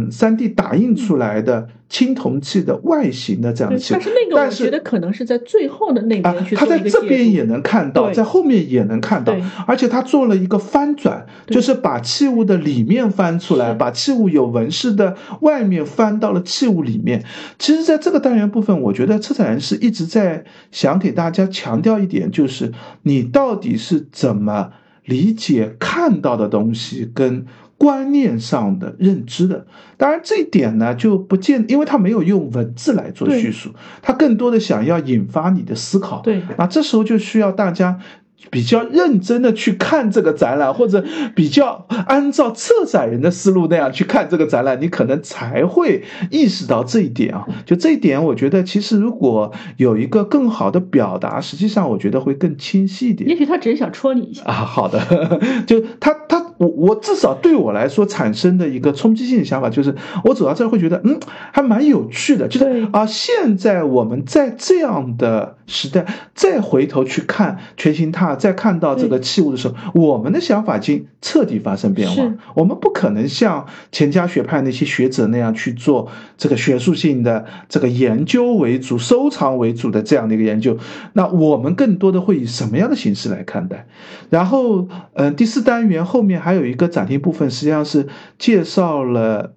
Speaker 2: 3D 打印出来的青铜器的外形的这样的器物，
Speaker 1: 但是那个我觉得可能是在最后的那边去做一个
Speaker 2: 他在这边也能看到，在后面也能看到，而且他做了一个翻转，就是把器物的里面翻出来，把器物有纹饰的外面翻到了器物里面。其实在这个单元部分，我觉得策展人是一直在想给大家强调一点，就是你到底是怎么理解看到的东西跟观念上的认知的。当然这一点呢就不见，因为他没有用文字来做叙述，他更多的想要引发你的思考。
Speaker 1: 对，
Speaker 2: 那这时候就需要大家比较认真的去看这个展览，或者比较按照策展人的思路那样去看这个展览，你可能才会意识到这一点啊。就这一点我觉得其实如果有一个更好的表达，实际上我觉得会更清晰一点。
Speaker 1: 也许他只是想戳你一下
Speaker 2: 好的就我至少对我来说产生的一个冲击性的想法就是，我走到这儿会觉得还蛮有趣的，就是现在我们在这样的时代再回头去看全形拓，再看到这个器物的时候，我们的想法已经彻底发生变化。我们不可能像钱家学派那些学者那样去做这个学术性的这个研究为主、收藏为主的这样的一个研究，那我们更多的会以什么样的形式来看待。然后第4单元后面还有一个展厅部分，实际上是介绍了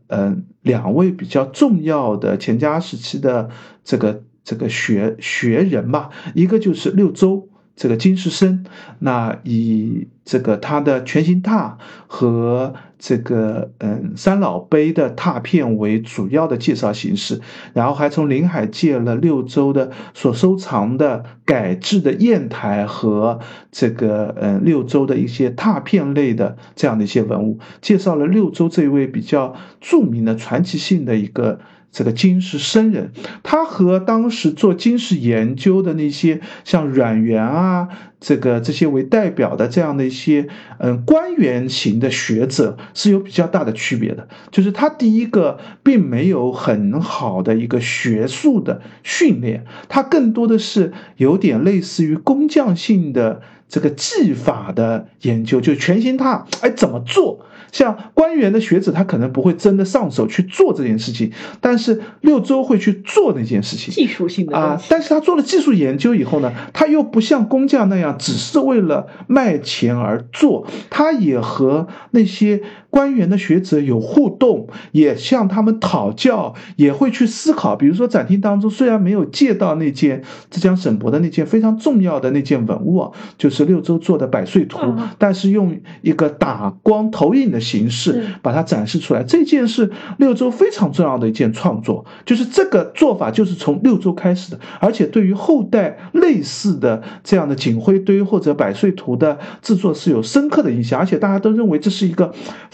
Speaker 2: 2位比较重要的钱家时期的这个学人吧，一个就是六周这个金士生，那以这个他的全形拓和这个三老碑的拓片为主要的介绍形式，然后还从临海借了六周的所收藏的改制的砚台和这个六周的一些拓片类的这样的一些文物，介绍了六周这一位比较著名的传奇性的一个这个金石僧人。他和当时做金石研究的那些像阮元啊这些为代表的这样的一些官员型的学者是有比较大的区别的。就是他第一个并没有很好的一个学术的训练，他更多的是有点类似于工匠性的这个技法的研究，就全形拓怎么做。像官员的学者他可能不会真的上手去做这件事情，但是六周会去做那件事情，
Speaker 1: 技术性的东西
Speaker 2: 但是他做了技术研究以后呢，他又不像工匠那样只是为了卖钱而做，他也和那些官员的学者有互动，也向他们讨教，也会去思考。比如说展厅当中虽然没有借到那件浙江省博的那件非常重要的那件文物就是六周做的百岁图，但是用一个打光投影的形式把它展示出来，这件是六周非常重要的一件创作。就是这个做法就是从六周开始的，而且对于后代类似的这样的锦辉堆或者百岁图的制作是有深刻的影响，而且大家都认为这是一个非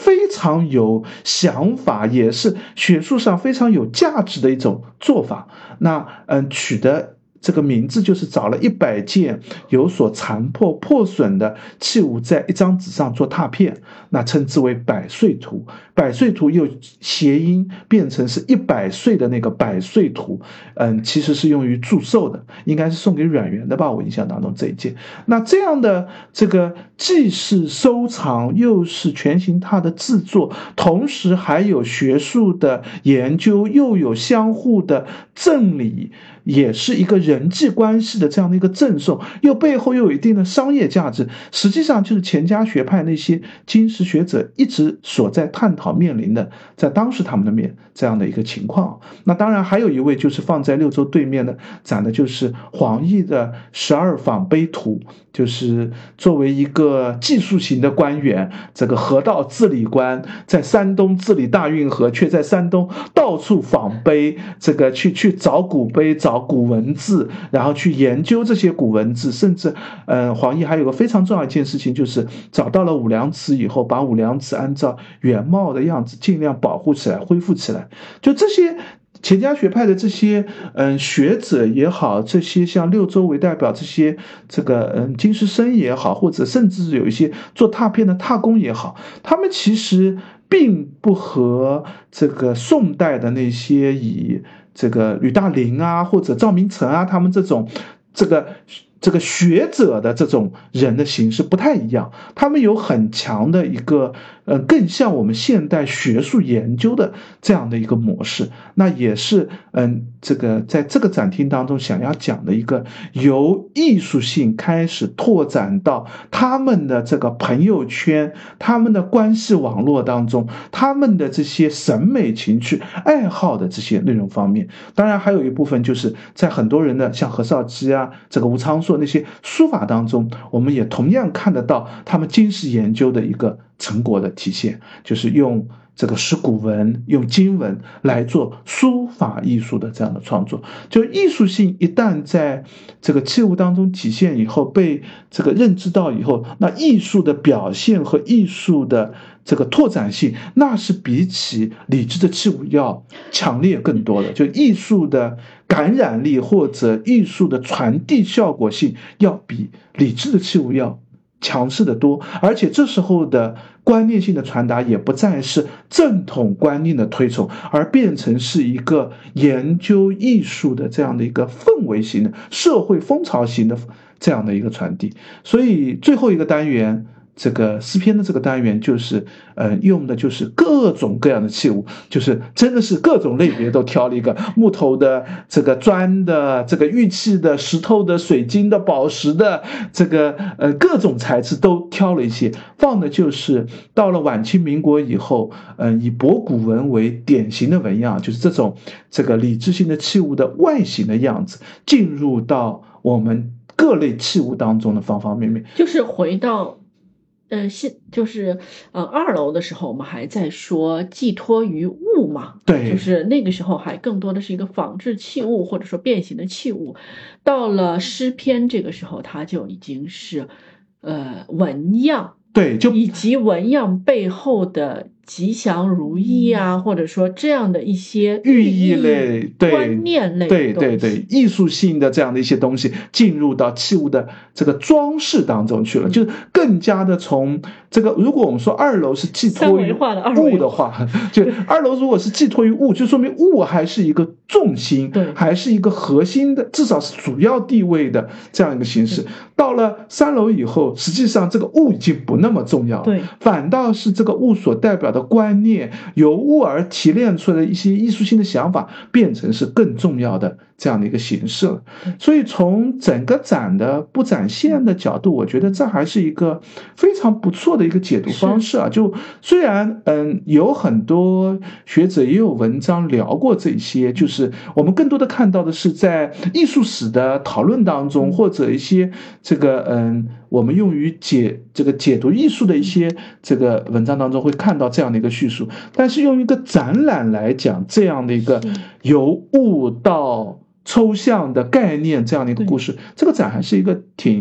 Speaker 2: 非常有想法，也是学术上非常有价值的一种做法。那取的这个名字就是找了100件有所残破破损的器物在一张纸上做拓片，那称之为百岁图。百岁图又谐音变成是100岁的那个百岁图，其实是用于祝寿的，应该是送给阮元的吧，我印象当中这一件。那这样的这个既是收藏又是全形拓的制作，同时还有学术的研究，又有相互的赠礼，也是一个人际关系的这样的一个赠送，又背后又有一定的商业价值，实际上就是钱家学派那些金石学者一直所在探讨面临的，在当时他们的这样的一个情况。那当然还有一位就是放在六州对面的展的就是黄奕的12坊碑图，就是作为一个技术型的官员，这个河道治理官在山东治理大运河，却在山东到处访碑，这个去找古碑，找古文字，然后去研究这些古文字。甚至黄奕还有个非常重要一件事情，就是找到了五梁祠以后，把五梁祠按照原貌的样子尽量保护起来，恢复起来。就这些钱家学派的这些学者也好，这些像六州为代表这些这个金石生也好，或者甚至有一些做拓片的拓工也好，他们其实并不和这个宋代的那些以这个吕大麟啊或者赵明诚啊他们这种这个学者的这种人的形式不太一样，他们有很强的一个更像我们现代学术研究的这样的一个模式。那也是这个在这个展厅当中想要讲的一个由艺术性开始拓展到他们的这个朋友圈，他们的关系网络当中，他们的这些审美情趣爱好的这些内容方面。当然还有一部分就是在很多人的像何绍基啊，这个吴昌硕那些书法当中，我们也同样看得到他们金石研究的一个成果的体现，就是用这个石鼓文，用金文来做书法艺术的这样的创作。就艺术性一旦在这个器物当中体现以后，被这个认知到以后，那艺术的表现和艺术的这个拓展性，那是比起理智的器物要强烈更多的。就艺术的感染力或者艺术的传递效果性要比理智的器物要强势的多。而且这时候的观念性的传达也不再是正统观念的推崇，而变成是一个研究艺术的这样的一个氛围型的社会风潮型的这样的一个传递。所以最后一个单元，这个诗篇的这个单元就是用的就是各种各样的器物，就是真的是各种类别都挑了一个，木头的，这个砖的，这个玉器的，石头的，水晶的，宝石的，这个各种材质都挑了一些，放的就是到了晚清民国以后以博古文为典型的纹样，就是这个理智性的器物的外形的样子进入到我们各类器物当中的方方面面。
Speaker 1: 就是回到就是2楼的时候，我们还在说寄托于物嘛，
Speaker 2: 对，
Speaker 1: 就是那个时候还更多的是一个仿制器物或者说变形的器物。到了诗篇这个时候，它就已经是纹样，
Speaker 2: 对，就
Speaker 1: 以及纹样背后的吉祥如意啊，或者说这样的一些
Speaker 2: 寓意类、
Speaker 1: 观念类，
Speaker 2: 对，艺术性的这样的一些东西进入到器物的这个装饰当中去了，就是更加的从这个，如果我们说2楼是寄托于物的话，就2楼如果是寄托于物，就说明物还是一个重心，还是一个核心的，至少是主要地位的这样一个形式。到了3楼以后，实际上这个物已经不那么重要了，反倒是这个物所代表的观念，由物而提炼出来的一些艺术性的想法，变成是更重要的这样的一个形式了。所以从整个展的布展线的角度，我觉得这还是一个非常不错的一个解读方式啊。就虽然有很多学者也有文章聊过这些，就是我们更多的看到的是在艺术史的讨论当中，或者一些这个我们用于解读艺术的一些这个文章当中会看到这样的一个叙述。但是用一个展览来讲这样的一个由物到抽象的概念这样的一个故事，这个展还是一个挺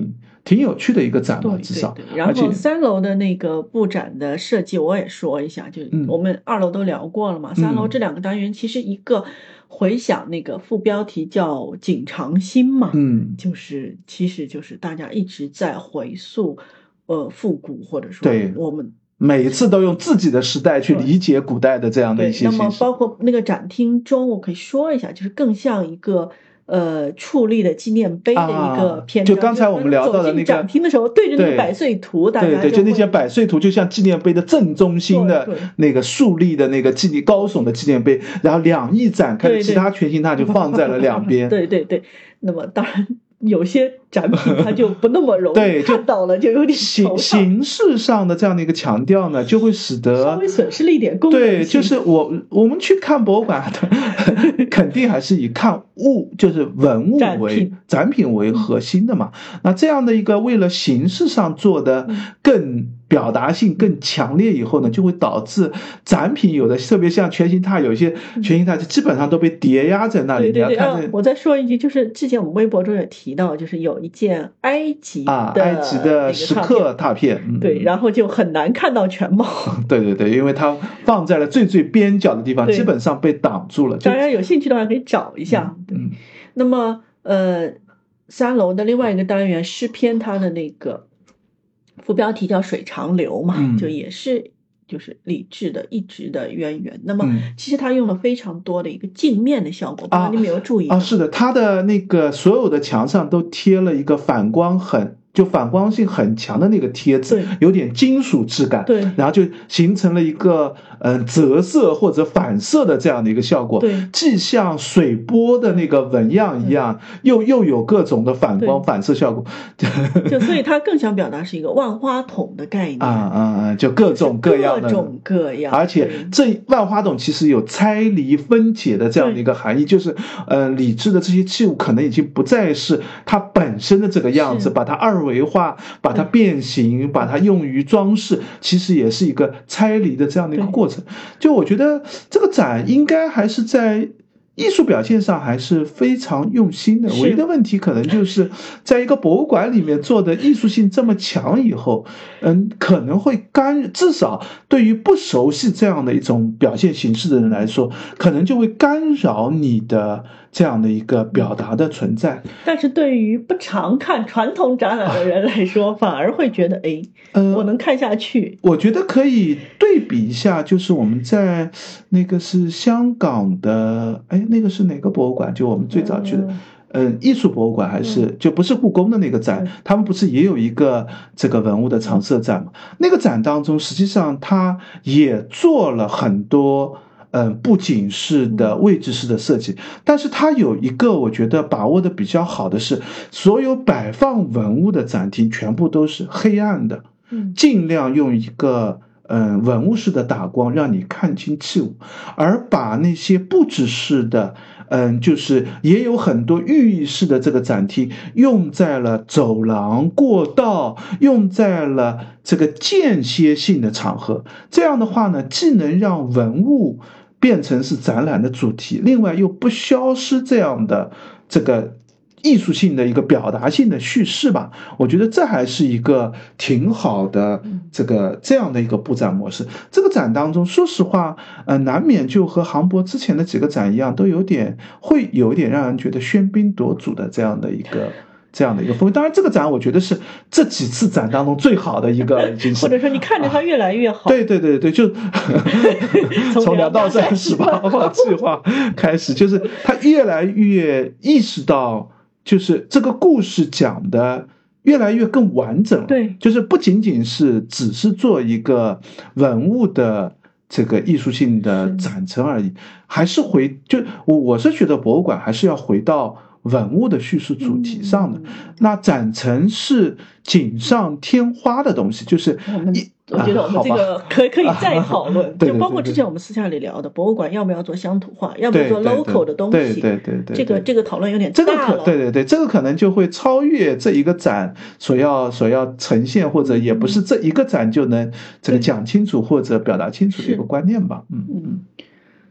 Speaker 2: 挺有趣的一个展嘛，至少。
Speaker 1: 对。然后3楼的那个布展的设计我也说一下，就是我们2楼都聊过了嘛，3楼这2个单元其实一个回想那个副标题叫景长新嘛，其实就是大家一直在回溯复古，或者说我们
Speaker 2: 每一次都用自己的时代去理解古代的这样的一些形式。
Speaker 1: 那么包括那个展厅中我可以说一下，就是更像一个矗立的纪念碑的一个篇章，
Speaker 2: 就刚才我们聊到的那个
Speaker 1: 展厅的时候对着那个百岁图，大家
Speaker 2: 就那些百岁图就像纪念碑的正中心的那个竖立的那个高耸的纪念碑，然后两翼展开，其他全形它就放在了两边。
Speaker 1: 对。那么当然有些展品它就不那么容易看到了，就有点
Speaker 2: 形式上的这样的一个强调呢，就会使得
Speaker 1: 稍微损失了一点功能性。
Speaker 2: 对，就是我们去看博物馆的肯定还是以看物，就是文物为展品为核心的嘛。那这样的一个为了形式上做的更表达性更强烈以后呢，就会导致展品有的特别像全形态，有一些全形态基本上都被叠压在那里。
Speaker 1: 对，我再说一句，就是之前我们微博中也提到，就是有一件埃及
Speaker 2: 的石刻拓片，
Speaker 1: 对，然后就很难看到全貌。
Speaker 2: 对，因为它放在了最边角的地方，基本上被挡住了。
Speaker 1: 大家有兴趣的话可以找一下。那么3楼的另外一个单元诗篇，它的那个副标题叫水长流嘛，就也是就是李治的一直的渊源。那么其实他用了非常多的一个镜面的效果，不知道你有没有注意
Speaker 2: 是的，他的那个所有的墙上都贴了一个反光性很强的那个贴纸，有点金属质感，
Speaker 1: 对，
Speaker 2: 然后就形成了一个折射或者反射的这样的一个效果，
Speaker 1: 对，
Speaker 2: 既像水波的那个纹样一样，又有各种的反光反射效果，
Speaker 1: 就所以它更想表达是一个万花筒的概念
Speaker 2: 就各种各样的，而且这万花筒其实有拆离分解的这样的一个含义，就是李治的这些器物可能已经不再是它本身的这个样子，把它二维化，把它变形，把它用于装饰，其实也是一个拆离的这样的一个过程。就我觉得这个展应该还是在艺术表现上还是非常用心的，唯一的问题可能就是在一个博物馆里面做的艺术性这么强以后，可能会至少对于不熟悉这样的一种表现形式的人来说，可能就会干扰你的这样的一个表达的存在。
Speaker 1: 但是对于不常看传统展览的人来说，反而会觉得我能看下去。
Speaker 2: 我觉得可以对比一下，就是我们在那个是香港的那个是哪个博物馆，就我们最早去的艺术博物馆，还是就不是故宫的那个展，他们不是也有一个这个文物的常设展吗？那个展当中实际上他也做了很多布景式的位置式的设计，但是它有一个我觉得把握的比较好的是，所有摆放文物的展厅全部都是黑暗的，尽量用一个文物式的打光让你看清器物，而把那些布置式的就是也有很多寓意式的这个展厅用在了走廊、过道，用在了这个间歇性的场合。这样的话呢，既能让文物变成是展览的主题，另外又不消失这样的这个艺术性的一个表达性的叙事吧。我觉得这还是一个挺好的这样的一个布展模式。这个展当中说实话难免就和航博之前的几个展一样，都会有点让人觉得喧宾夺主的这样的一个氛围。当然这个展我觉得是这几次展当中最好的一个，已经是
Speaker 1: 或者说你看着它越来越好。
Speaker 2: 对，就从2到38号计划开始，就是他越来越意识到，就是这个故事讲的越来越更完整了。
Speaker 1: 对，
Speaker 2: 就是不仅仅是只是做一个文物的这个艺术性的展陈而已，还是我是觉得博物馆还是要回到文物的叙述主题上的。那展陈是锦上添花的东西，就是
Speaker 1: 我觉得我们这个可以再讨论，就包括之前我们私下里聊的，博物馆要不要做乡土化，要不要做 local 的东西。
Speaker 2: 对，
Speaker 1: 这个讨论有点大了。
Speaker 2: 对，这个可能就会超越这一个展所要呈现，或者也不是这一个展就能这个讲清楚或者表达清楚的一个观念吧。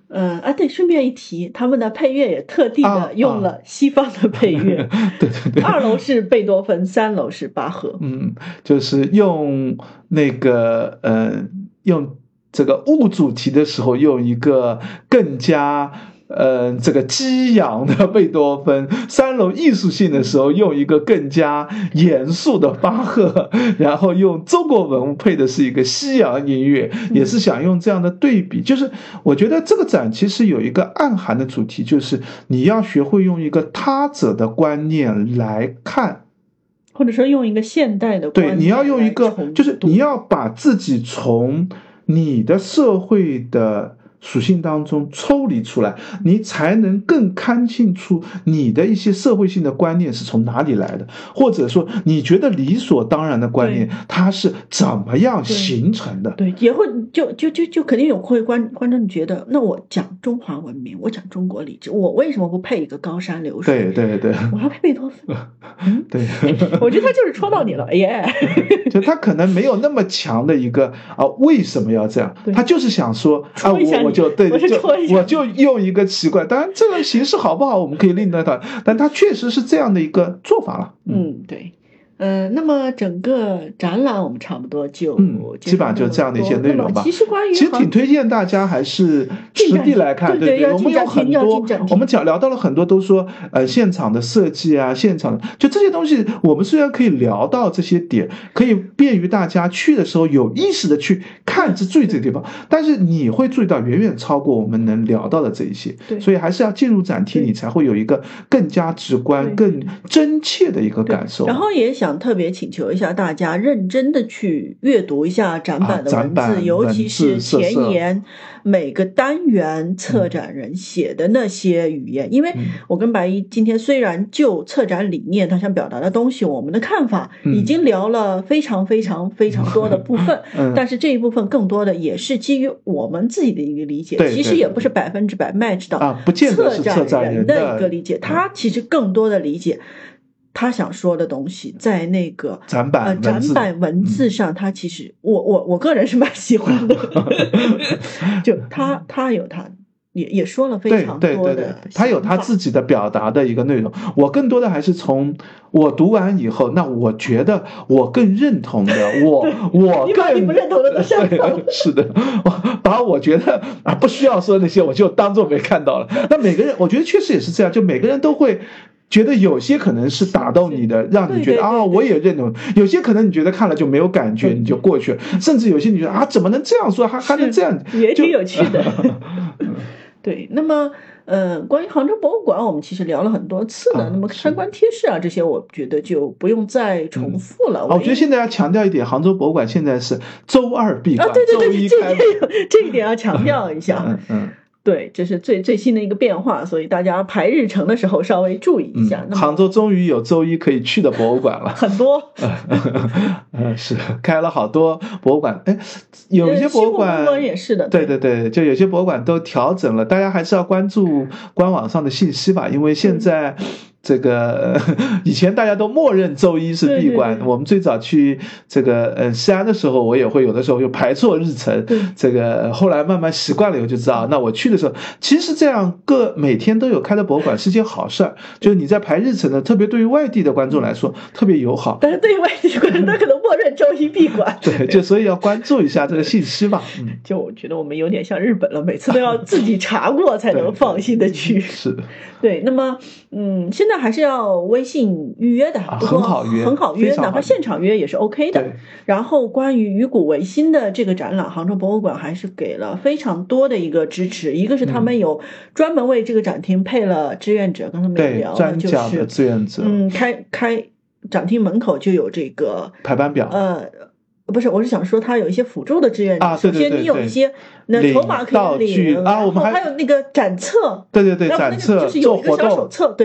Speaker 1: 对，顺便一提，他们的配乐也特地的用了西方的配乐。
Speaker 2: 对对对
Speaker 1: ，2楼是贝多芬，3楼是巴赫。
Speaker 2: 就是用那个用这个物主题的时候用一个更加这个激昂的贝多芬，3楼艺术性的时候用一个更加严肃的巴赫，然后用中国文物配的是一个西洋音乐，也是想用这样的对比。就是我觉得这个展其实有一个暗含的主题，就是你要学会用一个他者的观念来看，
Speaker 1: 或者说用一个现代的观念，
Speaker 2: 对，你要用一个，就是你要把自己从你的社会的属性当中抽离出来，你才能更看清楚你的一些社会性的观念是从哪里来的，或者说你觉得理所当然的观念它是怎么样形成的。
Speaker 1: 对，也会就肯定有会观众你觉得，那我讲中华文明，我讲中国礼制，我为什么不配一个高山流水？
Speaker 2: 对，
Speaker 1: 我要配贝多芬。
Speaker 2: 对，
Speaker 1: 我觉得他就是戳到你了耶。
Speaker 2: 就他可能没有那么强的一个为什么要这样，他就是想说我就用一个奇怪，当然这个形式好不好我们可以另论讨论，但他确实是这样的一个做法了。
Speaker 1: 对。那么整个展览我们差不多就
Speaker 2: 基本上就这样的一些内容吧。
Speaker 1: 其实
Speaker 2: 挺推荐大家还是实地来看，对，我们有很多，我们聊到了很多，都说现场的设计啊，现场就这些东西，我们虽然可以聊到这些点，可以便于大家去的时候有意识的去看注意这个地方，但是你会注意到远远超过我们能聊到的这一些，所以还是要进入展厅，你才会有一个更加直观、更真切的一个感受。
Speaker 1: 然后也想特别请求一下大家认真的去阅读一下展板的文字，尤其是前言，每个单元策展人写的那些语言。因为我跟白衣今天虽然就策展理念他想表达的东西，我们的看法已经聊了非常非常非常多的部分，但是这一部分更多的也是基于我们自己的一个理解，其实也不是100% match 到策展人的一个理解，他其实更多的理解他想说的东西在那个
Speaker 2: 展板
Speaker 1: 文字上，他其实我个人是蛮喜欢的。就他有他也说了非常多的，
Speaker 2: 对，他有他自己的表达的一个内容。我更多的还是从我读完以后，那我觉得我更认同的，我更
Speaker 1: 你不认同的都上头。
Speaker 2: 是的，把我觉得不需要说那些，我就当做没看到了。那每个人，我觉得确实也是这样，就每个人都会觉得有些可能是打动你的，让你觉得我也认同；有些可能你觉得看了就没有感觉，你就过去了；甚至有些你觉得怎么能这样说，还能这样，
Speaker 1: 也挺有趣的。对，那么关于杭州博物馆，我们其实聊了很多次了。那么参观贴士这些，我觉得就不用再重复了。
Speaker 2: 我觉得现在要强调一点，杭州博物馆现在是周2闭馆，
Speaker 1: 对，
Speaker 2: 周1开门，
Speaker 1: 这一点要强调一下。对，这是最新的一个变化，所以大家排日程的时候稍微注意一下。
Speaker 2: 杭州终于有周1可以去的博物馆了，
Speaker 1: 很多。
Speaker 2: 是开了好多博物馆，有一些博物馆
Speaker 1: 也是的。
Speaker 2: 对，就有些博物馆都调整了，大家还是要关注官网上的信息吧，因为现在这个以前大家都默认周1是闭馆，我们最早去这个西安的时候，我也会有的时候就排错日程，这个后来慢慢习惯了以后就知道，那我去的时候其实这样每天都有开的博物馆是件好事儿，就是你在排日程的，特别对于外地的观众来说特别友好，
Speaker 1: 但是对于外地的观众他可能默认周1闭馆。
Speaker 2: 对，就所以要关注一下这个信息吧。
Speaker 1: 就我觉得我们有点像日本了，每次都要自己查过才能放心的去。
Speaker 2: 是的，
Speaker 1: 对，那么现在还是要微信预约的，
Speaker 2: 很好
Speaker 1: 约，哪怕现场约也是 OK 的。然后关于鱼骨维新的这个展览，杭州博物馆还是给了非常多的一个支持。一个是他们有专门为这个展厅配了志愿者，刚才没聊了，
Speaker 2: 专讲的志愿者。
Speaker 1: 开展厅门口就有这个
Speaker 2: 排班表。
Speaker 1: 不是，我是想说它有一些辅助的志愿者。首先你有一些筹码可以领
Speaker 2: 我们还
Speaker 1: 有那个展册。
Speaker 2: 对，展册
Speaker 1: 就是有一个小手册，对。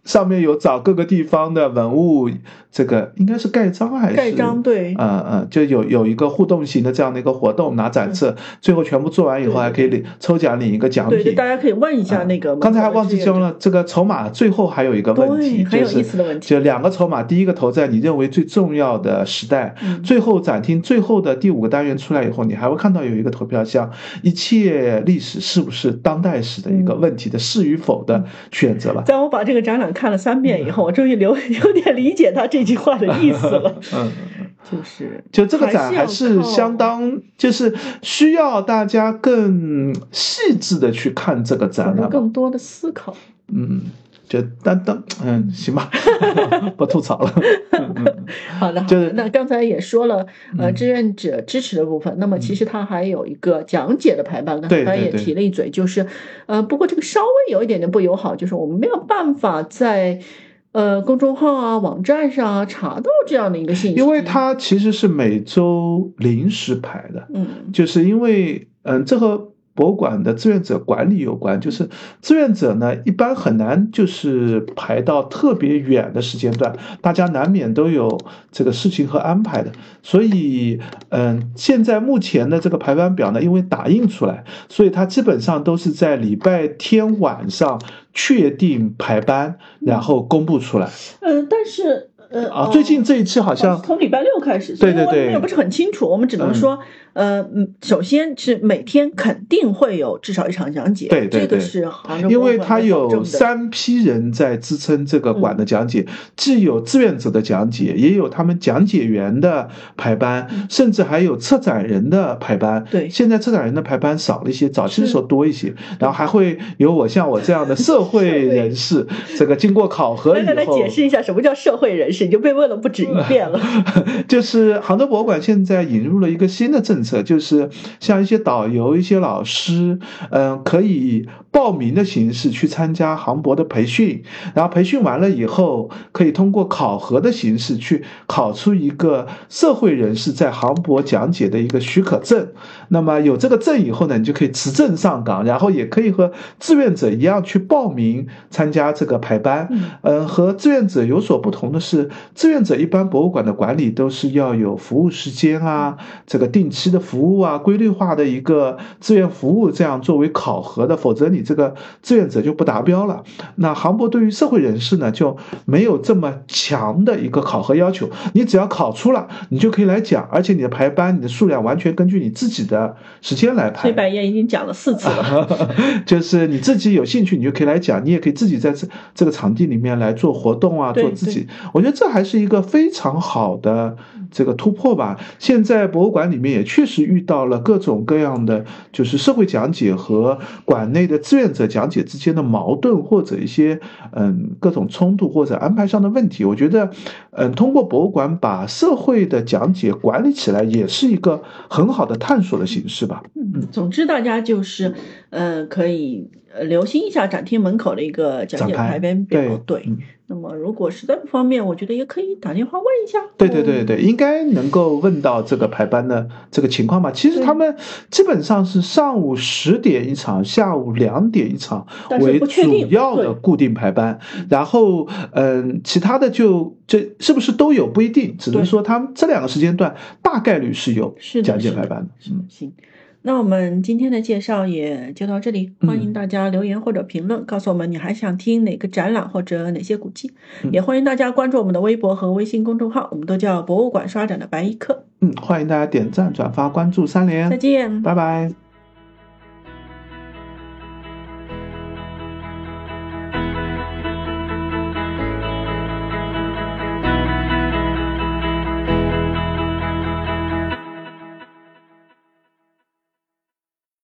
Speaker 2: 上面有找各个地方的文物，这个应该是盖章还是
Speaker 1: 盖章？对，
Speaker 2: 就有一个互动型的这样的一个活动，拿展册，最后全部做完以后还可以抽奖领一个奖品。
Speaker 1: 对，大家可以问一下那个。
Speaker 2: 刚才还忘记说了，这个筹码最后还有一个问题，
Speaker 1: 很有意思的问题，
Speaker 2: 就2个筹码，第一个投在你认为最重要的时代，最后展厅最后的第5个单元出来以后，你还会看到有一个投票箱，一切历史是不是当代史的一个问题的是与否的选择了。
Speaker 1: 在我把这个展览看了3遍以后，我终于有点理解他这句话的意思了。
Speaker 2: 就这个展还是相当，就是需要大家更细致的去看这个展览，
Speaker 1: 更多的思考。
Speaker 2: 就行吧，不吐槽了。
Speaker 1: 好的，就是那刚才也说了，志愿者支持的部分，那么其实它还有一个讲解的排版，刚才也提了一嘴，就是不过这个稍微有一点点不友好，就是我们没有办法在公众号啊、网站上啊查到这样的一个信息，
Speaker 2: 因为它其实是每周临时排的，就是因为这和博物馆的志愿者管理有关，就是志愿者呢一般很难就是排到特别远的时间段，大家难免都有这个事情和安排的，所以现在目前的这个排班表呢，因为打印出来，所以它基本上都是在礼拜天晚上确定排班，然后公布出来。
Speaker 1: 但是
Speaker 2: 最近这一期好像
Speaker 1: 从礼拜6开始，所以我们也不是很清楚，我们只能说首先是每天肯定会有至少1场讲解，
Speaker 2: 对，
Speaker 1: 这个是杭州博物馆
Speaker 2: 因为它有3批人在支撑这个馆的讲解，既有志愿者的讲解，也有他们讲解员的排班，甚至还有策展人的排班。
Speaker 1: 对，
Speaker 2: 现在策展人的排班少了一些，早期的时候多一些，然后还会有像我这样的社会人士，这个经过考核以后，
Speaker 1: 来解释一下什么叫社会人士，你就被问了不止一遍了。
Speaker 2: 就是杭州博物馆现在引入了一个新的政策，就是像一些导游、一些老师，可以报名的形式去参加杭博的培训，然后培训完了以后，可以通过考核的形式去考出一个社会人士在杭博讲解的一个许可证。那么有这个证以后呢，你就可以持证上岗，然后也可以和志愿者一样去报名参加这个排班。和志愿者有所不同的是，志愿者一般博物馆的管理都是要有服务时间啊，这个定期的服务啊，规律化的一个志愿服务，这样作为考核的，否则你这个志愿者就不达标了。那杭博对于社会人士呢，就没有这么强的一个考核要求，你只要考出了，你就可以来讲，而且你的排班、你的数量完全根据你自己的时间来排。
Speaker 1: 崔百燕已经讲了4次了，
Speaker 2: 就是你自己有兴趣，你就可以来讲，你也可以自己在这个场地里面来做活动啊，做自己。我觉得这还是一个非常好的这个突破吧。现在博物馆里面也确实遇到了各种各样的，就是社会讲解和馆内的志愿者讲解之间的矛盾，或者一些各种冲突或者安排上的问题。我觉得通过博物馆把社会的讲解管理起来，也是一个很好的探索的形式吧。
Speaker 1: 总之大家就是可以留心一下展厅门口的一个讲解排班表。对，那么如果实在不方便，我觉得也可以打电话问一下。
Speaker 2: 对，应该能够问到这个排班的这个情况吧。其实他们基本上是上午10点一场，下午2点一场为主要的固定排班，然后其他的这是不是都有不一定，只能说他们这2个时间段大概率是有讲解排班的。
Speaker 1: 行。那我们今天的介绍也就到这里，欢迎大家留言或者评论，告诉我们你还想听哪个展览或者哪些古迹，也欢迎大家关注我们的微博和微信公众号，我们都叫博物馆刷展的白衣客。
Speaker 2: 欢迎大家点赞、转发、关注3连，
Speaker 1: 再见，
Speaker 2: 拜拜。